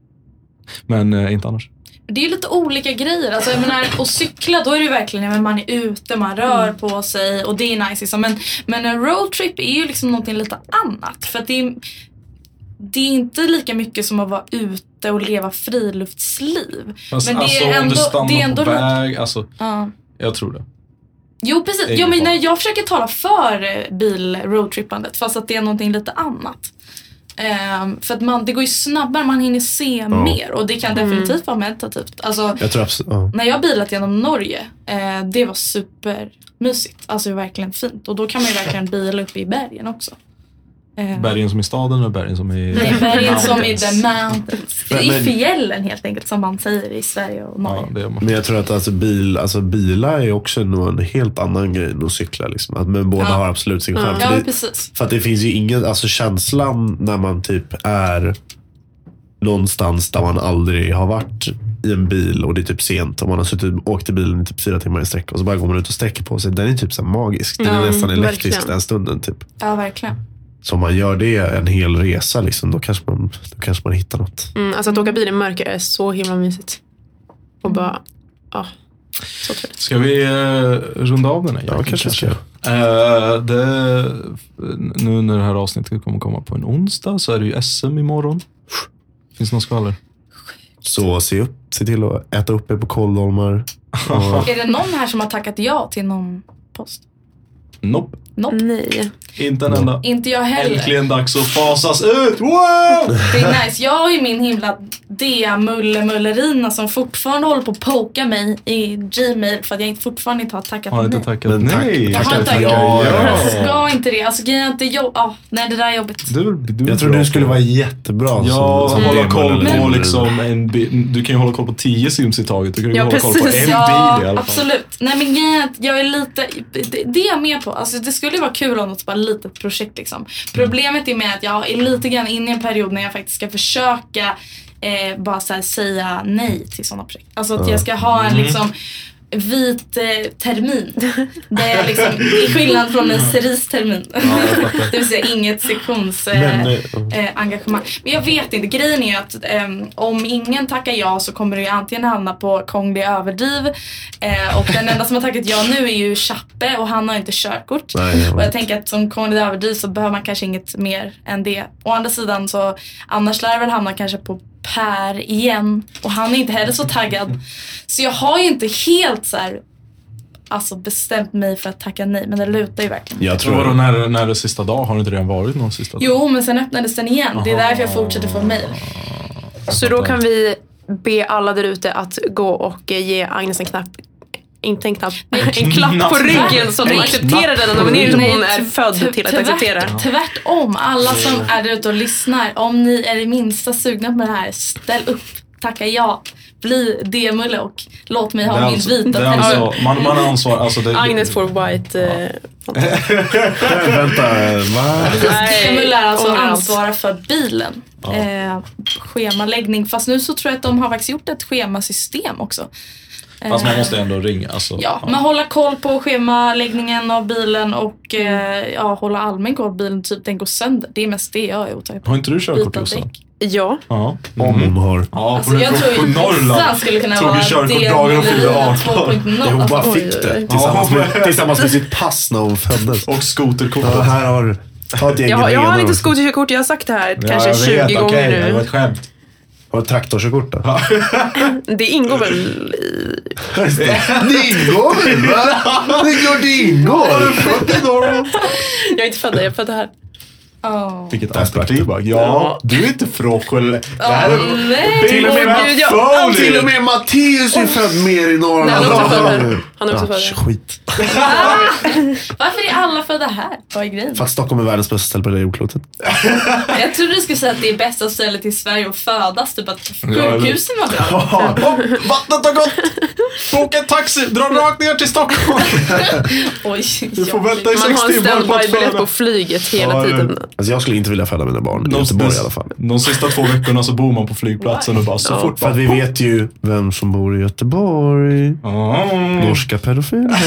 Men eh, inte annars. Det är ju lite olika grejer. Alltså, jag menar, att cykla, då är det ju verkligen när man är ute, man rör Mm. på sig och det är nice. Liksom. Men, men en roadtrip är ju liksom någonting lite annat. För att det är, det är inte lika mycket som att vara ute och leva friluftsliv. Alltså, men det alltså, är om ändå, du stannar det är ändå på väg. Alltså, ja. jag tror det. Jo, precis. Det är Jo, men bra. när jag försöker tala för bil-roadtrippandet, fast att det är någonting lite annat. Um, för att man, det går ju snabbare, man hinner se mer. Och det kan definitivt vara meditativt. Alltså, Jag tror absolut, ja. när jag bilat genom Norge, eh, det var supermysigt. Alltså verkligen fint. Och då kan man ju verkligen bila upp i bergen också. Eh, Bergen som i staden eller bergen som i... Nej, bergen som i mountains? the mountains. Men- I men- fjällen helt enkelt, som man säger i Sverige och Norge. Ja, det är man. Men jag tror att alltså, bil, alltså, bilar är också nog en helt annan grej än att cykla. Liksom. Att, men båda Ja. har absolut sin charm. Ja, För det- precis. För att det finns ju ingen, alltså känslan när man typ är någonstans där man aldrig har varit i en bil och det är typ sent och man har suttit, åkt i bilen i typ fyra timmar i sträck och så bara går man ut och sträcker på sig. Den är typ så här magisk. Den är Ja, nästan elektrisk verkligen. den stunden typ. Ja, verkligen. Så om man gör det en hel resa liksom, då kanske man, då kanske man hittar något. Mm, alltså att åka bil i mörker är så himla mysigt. Och bara, ja, så trevligt. Ska vi eh, runda av den här? Ja, kanske ska. Eh, det, nu när det här avsnittet kommer komma på en onsdag så är det ju S M imorgon. Finns det någon skvaller? Så se upp, se till att äta upp er på kåldolmar. Och Är det någon här som har tackat ja till någon post? Nope. Nope. Nej. Inte en enda. Inte jag heller. Äntligen dags att fasas ut. Wow! Det är nice. Jag har ju min himla D-mulle-mullerina som fortfarande håller på att poka mig i Gmail för att jag fortfarande inte har tackat Har inte nej. tackat Men tack- nej. Jag har tackar inte för tackat ja. Jag Ja. ska inte det. Alltså grejen är att det jobb... Ah, nej, det där är jobbigt. Du, du är jag tror bra du på skulle det. vara jättebra Ja, som, som hålla D-mull koll eller på mull. liksom en bil. Du kan ju hålla koll på tio Sims i taget. Du kan ju Ja, hålla koll på precis. en Ja, bil i alla fall. absolut. Nej, men grejen är att jag är lite... Det, det är jag med på. Alltså, det skulle vara kul om något bara litet projekt liksom. Problemet är med att jag är lite grann inne i en period när jag faktiskt ska försöka eh, bara så här, säga nej till sådana projekt. Alltså att jag ska ha en liksom vit eh, termin. Där jag liksom, i skillnad från en seristermin. Ja, jag fattar. Det vill säga inget sektions eh, Men, eh, eh, engagemang. Men jag vet inte, grejen är att eh, om ingen tackar ja så kommer det ju antingen hamna på Konglig överdriv eh, och den enda som har tackat ja nu är ju Chappe och han har inte körkort. Nej, jag Och vet. jag tänker att som Konglig överdriv så behöver man kanske inget mer än det. Å andra sidan så annars lär jag väl hamna kanske på Per igen och han är inte heller så taggad. Så jag har ju inte helt så här, alltså bestämt mig för att tacka nej, men det lutar ju verkligen. jag Så vadå, tror när, när det sista dag? Har det inte redan varit någon sista dag? Jo, men sen öppnades den igen. Det är därför jag fortsätter få mejl. Så då kan vi be alla där ute att gå och eh, ge Agnes en knapp. Inte en knapp, en klapp på ryggen så att hon En accepterar knapp den på nominering som ryggen. hon är född till att acceptera. Tvärtom, alla som är där ute och lyssnar, om ni är det minsta sugna på det här, ställ upp, tacka ja, bli D-mulle och låt mig Det ha är min alltså, vita det är termin. alltså, man, man har ansvar. Alltså det, Agnes får white. Eh, Vänta, va? D-mulle är alltså ångrar allt. ansvara för bilen. Eh, schemaläggning, fast nu så tror jag att de har faktiskt gjort ett schemasystem också. Fast man Eh, måste ändå ringa. Alltså. Ja, men hålla koll på schemaläggningen av bilen och eh, ja, hålla allmän koll på bilen, typ den går sönder. Det är mest det jag är otaggad på. Har inte du körkort, Byta Jossan? däck. ja. Ja. Om hon har. Ja, Alltså jag tror ju Jossan skulle kunna Tog vara ju körkort dagen och fyllde D-mullerina arton. två punkt noll. Hon bara Alltså, fick oj, det oj. tillsammans med, Ja. tillsammans med sitt pass när hon föddes. Och skoterkortet. Ja, här har du. Ta ett gäng Jag, har- jag har renar inte också. skoterkörkort, jag har sagt det här Ja, kanske jag vet, tjugo okej, gånger Det var nu. ett skämt. Har du traktorkörkort då? Det ingår väl i... Det ingår väl, va? Det är klart det ingår. Jag är inte född där, jag är född här. Oh. Vilket antiklimax. Ja, Ja. du är inte Frokoll. Oh, nej. Till och med, Åh, gud, jag- Foley. Till och med Matteus är född mer i norra. Nej, han är också född här. Han är också Ja, född här. skit. Varför är alla födda här? Vad är grejen? För att Stockholm är världens bästa ställe på det jordklotet. Jag trodde du skulle säga att det är bästa stället i Sverige att födas. Typ att eller- sjukhusen var bra. Oh, vattnet har gått! Boka en taxi, dra rakt ner till Stockholm. Oj, Du får vänta i Man sex har en timmar på att standby-biljett föda. på flyget hela Ja, tiden. Alltså jag skulle inte vilja föda mina barn i De, Göteborg i alla fall. de sista två veckorna så bor man på flygplatsen och bara så Ja, fort För att vi vet ju vem som bor i Göteborg. Oh. Norska pedofiler.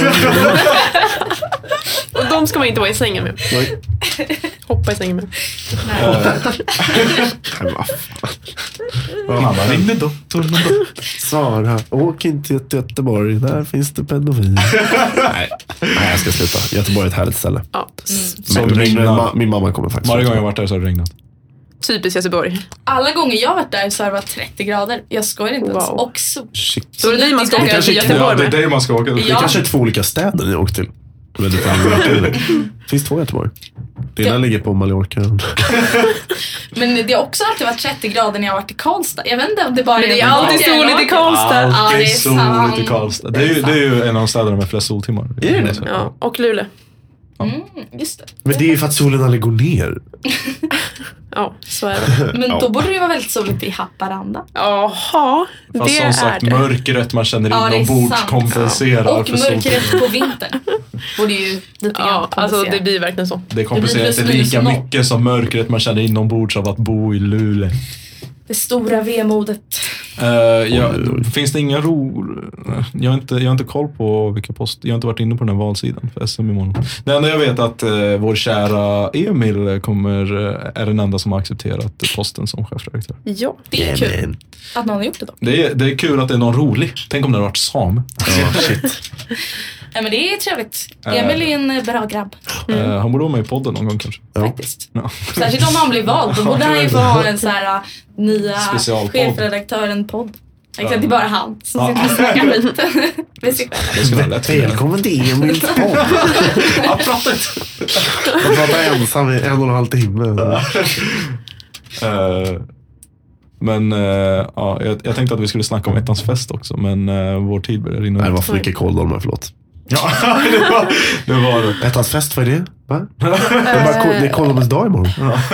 Och de ska man inte vara i sängen med. Nej. Hoppa i sängen med. Nej, vad fan. Mamma ringde doktorn. Sara, åk inte till Göteborg. Där finns det pedofiler. Nej. Nej, jag ska sluta. Göteborg är ett härligt ställe. Ja, Så Men, min, regnar. ma- min mamma kommer faktiskt. Varje gång jag varit där så har det regnat. typiskt Göteborg. Alla gånger jag har varit där så har det varit trettio grader. Jag skojar inte ens. Wow. Och sol. Shit. Så det är dit man ska Det åka kanske till inte- Ja, Göteborg det är med. det man ska åka. Det Ja. kanske är två olika städer ni åkt till. Väldigt det finns två i Göteborg. Det ena Ja. ligger på Mallorca. Men det har också alltid varit trettio grader när jag har varit i Karlstad. Jag vet inte om det bara Men det är den alltid gången jag soligt i åker. Karlstad. Ja, det Alltid är sant. soligt i Karlstad. Det är, ju, det är ju en av de städerna med flest soltimmar. Är det det? Ja, och Luleå. Mm, just det. Men det är ju för att solen aldrig går ner. Ja, så är det. Men Ja. då borde det ju vara väldigt soligt i Haparanda. Jaha, det Fast som är sagt, det. mörkret man känner Ja, det är inombords sant. kompenserar Och för soltimmar. mörkret på vintern borde ju lite grann Ja, alltså kompensera. det blir verkligen så. Det kompenserar plus inte minus lika noll. mycket som mörkret man känner inombords av att bo i Luleå. Det stora vemodet. Uh, ja, finns det inga ro... Jag har, inte, jag har inte koll på vilka post... Jag har inte varit inne på den här valsidan för S M imorgon. Det enda jag vet är att uh, vår kära Emil kommer, uh, är den enda som har accepterat posten som chefredaktör. Ja. Det är kul att någon har gjort det då. Det är, det är kul att det är någon rolig. Tänk om det har varit Sam. Ja, shit. Ja, men det är trevligt. Emil är en eh, bra grabb Uh, han borde vara med i podden någon gång kanske. Ja. faktiskt. Ja. Särskilt om han blir vald. Då borde han ju få ha en så här uh, nya Specialpodd. chefredaktören-podd. Exakt, Ja. det är bara han som Ja. sitter och snackar skit med sig själv. Det skulle vara lätt för mig. Välkommen till Emils podd. Ja, prata inte. Han pratar ensam i en och en halv timme. Uh, men uh, ja, jag, jag tänkte att vi skulle snacka om ettans fest också, men uh, vår tid börjar rinna Nej, det ut. var för mycket kåldolmar, förlåt. Ja, det var det. Var det. Ettans fest, vad är det? Va? Det är, bara kol- det är kåldolmens dag imorgon.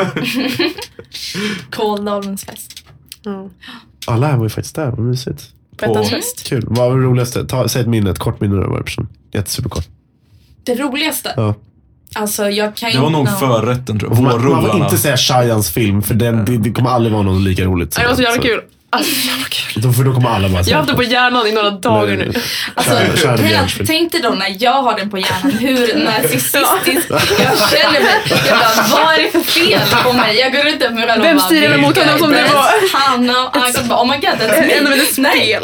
Kåldalens fest. Ja. Alla här var ju faktiskt där, vad mysigt. På ettans fest. Kul, vad var det roligaste? Ta, säg ett minne, ett kort minne av varje person. Jättesuperkort. Det roligaste. Ja. Alltså jag kan ju Det var nog ja. förrätten tror jag. Man, man får Vårrullarna. inte säga Cheyans film, för den, det, det kommer aldrig vara något lika roligt. som Det var så den, jävla kul. Alltså, så jävla kul. Då, för då kommer alla bara Jag har haft det på hjärnan i några dagar nu. Alltså, Kär- kär grejen är Björns att film. tänk dig då när jag har den på hjärnan, hur narcissistiskt jag känner mig. Jag bara, vad är det för fel på mig? Jag går ut upp med själv och Vem bara, styr emot honom som det "That's var?" Hanna och Agnes bara, oh my god, that's me. Ändå väldigt spel.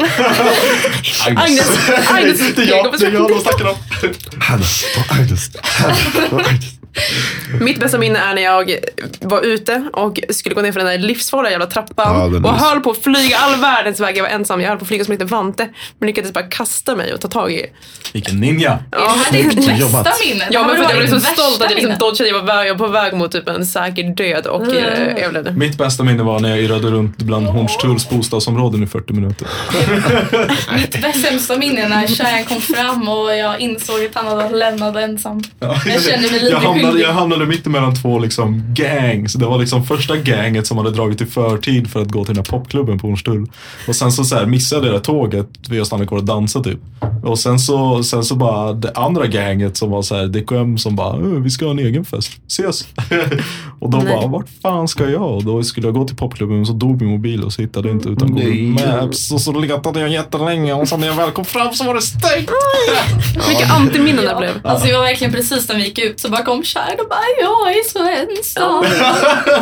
Agnes. Agnes, Agnes, Det är jag, det är jag de snackar om. Hanna och Agnes. Hanna och Agnes. Mitt bästa minne är när jag var ute och skulle gå ner för den där livsfarliga jävla trappan Ja, den och är- höll på att flyga all världens väg. Jag var ensam. Jag höll på att flyga som en liten vante, men lyckades bara kasta mig och ta tag i. Vilken ninja. Är det här ditt bästa jobbat. minne? Ja, men för att jag blev så Värsta stolt att jag liksom minne? dodgade. Jag var, jag var på väg mot typ en säker död och Mm. eh, överlevde. Mitt bästa minne var när jag irrade runt bland Hornstulls bostadsområden i fyrtio minuter. Mitt bästa sämsta minne när tjejen kom fram och jag insåg att han hade lämnat ensam. Jag kände mig lite jag hamnade, skyldig. jag hamnade mitt emellan två liksom gangs. Det var liksom första ganget som hade dragit i förtid för att gå till den här popklubben på Hornstull. Och sen så, så här, missade jag det tåget. Vi stannade kvar och dansade typ. Och sen så, sen så bara det andra ganget som var så här D K M som bara vi ska ha en egen fest. Ses. Och då Nej. bara vart fan ska jag? Och då skulle jag gå till popklubben och så dog min mobil och så hittade jag inte utan Google Nej. Maps. Och så letade jag jättelänge och sen när jag väl kom fram så var det stängt. Vilka antiminnen det Ja. blev. Alltså det var verkligen precis när vi gick ut så bara kom tjejen och bara jag är så ensam. Ja,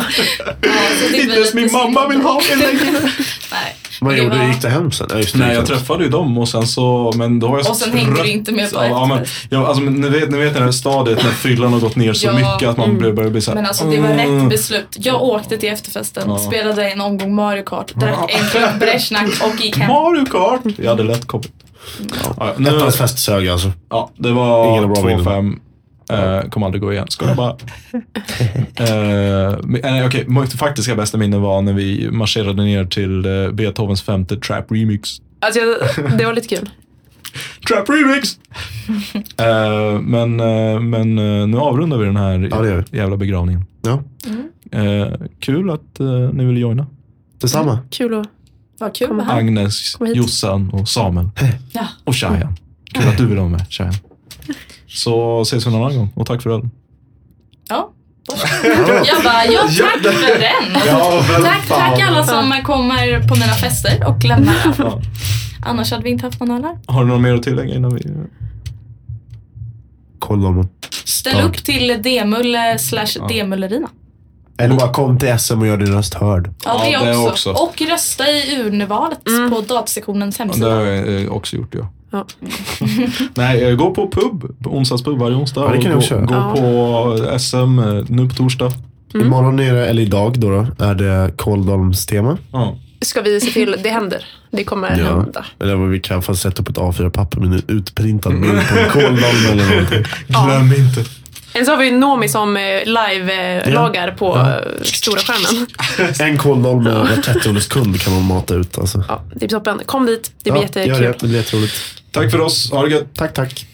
så tyckte vi Inte ens lite min mamma synd. vill ha mig längre. Nej. Vad Det gjorde var- du? Gick du hem sen? Ja, just det, Nej, jag just det. träffade ju dem och sen så, men då var jag så Och sen hängde trött. du inte med på ja, ja, men, efterfest. ja, alltså, men ni vet, ni vet det här stadiet när fyllan har gått ner så Ja, mycket att man mm. börjar börjar bli så här. Men alltså det var mm. rätt beslut. Jag åkte till efterfesten, Ja. spelade en omgång Mario Kart, drack en klunk Brezhnak och gick hem. Mario Kart! Jag hade lätt kommit. Ja, nu, Ettans fest sög alltså. ja, det Ingen var bra två minnen. fem. Uh, kommer aldrig gå igen. Ska jag bara... uh, nej, okej, okay. Faktiska bästa minnen var när vi marscherade ner till uh, Beethovens femte Trap Remix. Alltså, jag, det var lite kul. Trap Remix! uh, men uh, men uh, nu avrundar vi den här ja, jävla begravningen. Ja. Mm. Uh, kul att uh, ni ville joina. Detsamma. Mm, kul att Vad kul komma här. Agnes, Jossan och Samuel. Ja. Och Shayan. Kul att du vill vara med, Shayan. Så ses vi någon annan gång. Och tack för ölen. Ja. Jag bara, ja tack för den. Ja, tack, tack alla som kommer på mina fester och lämnar. Ja. Annars hade vi inte haft någon öl här. Har du något mer att tillägga innan vi... Kolla om Ställ upp till D-mulle slash D-mullerina. Eller bara kom till S M och gör din röst hörd. Ja, det, ja, det också. också. Och rösta i urvalet mm. på datasektionens hemsida. Det har jag också gjort, ja. Ja. Nej, jag går på pub, på onsdagspub varje onsdag. Ja, det kan och gå, gå ja. på S M nu på torsdag. Mm. Imorgon är det, eller idag då, då är det Kåldolms tema. Ja. Ska vi se till det händer. Det kommer Ja. hända. Eller vad vi kan få sätta upp ett A fyra-papper med en utprintad bild på en Kåldolm eller någonting. Glöm inte. Eller så har vi Nomi som live-lagar ja. på ja. stora skärmen. En Kåldolm med var trettionde sekund kan man mata ut. Alltså. Ja, det är toppen. Kom dit, det blir ja, jättekul. Det, det blir jätteroligt. Tack för oss, ha det gött. Tack, tack.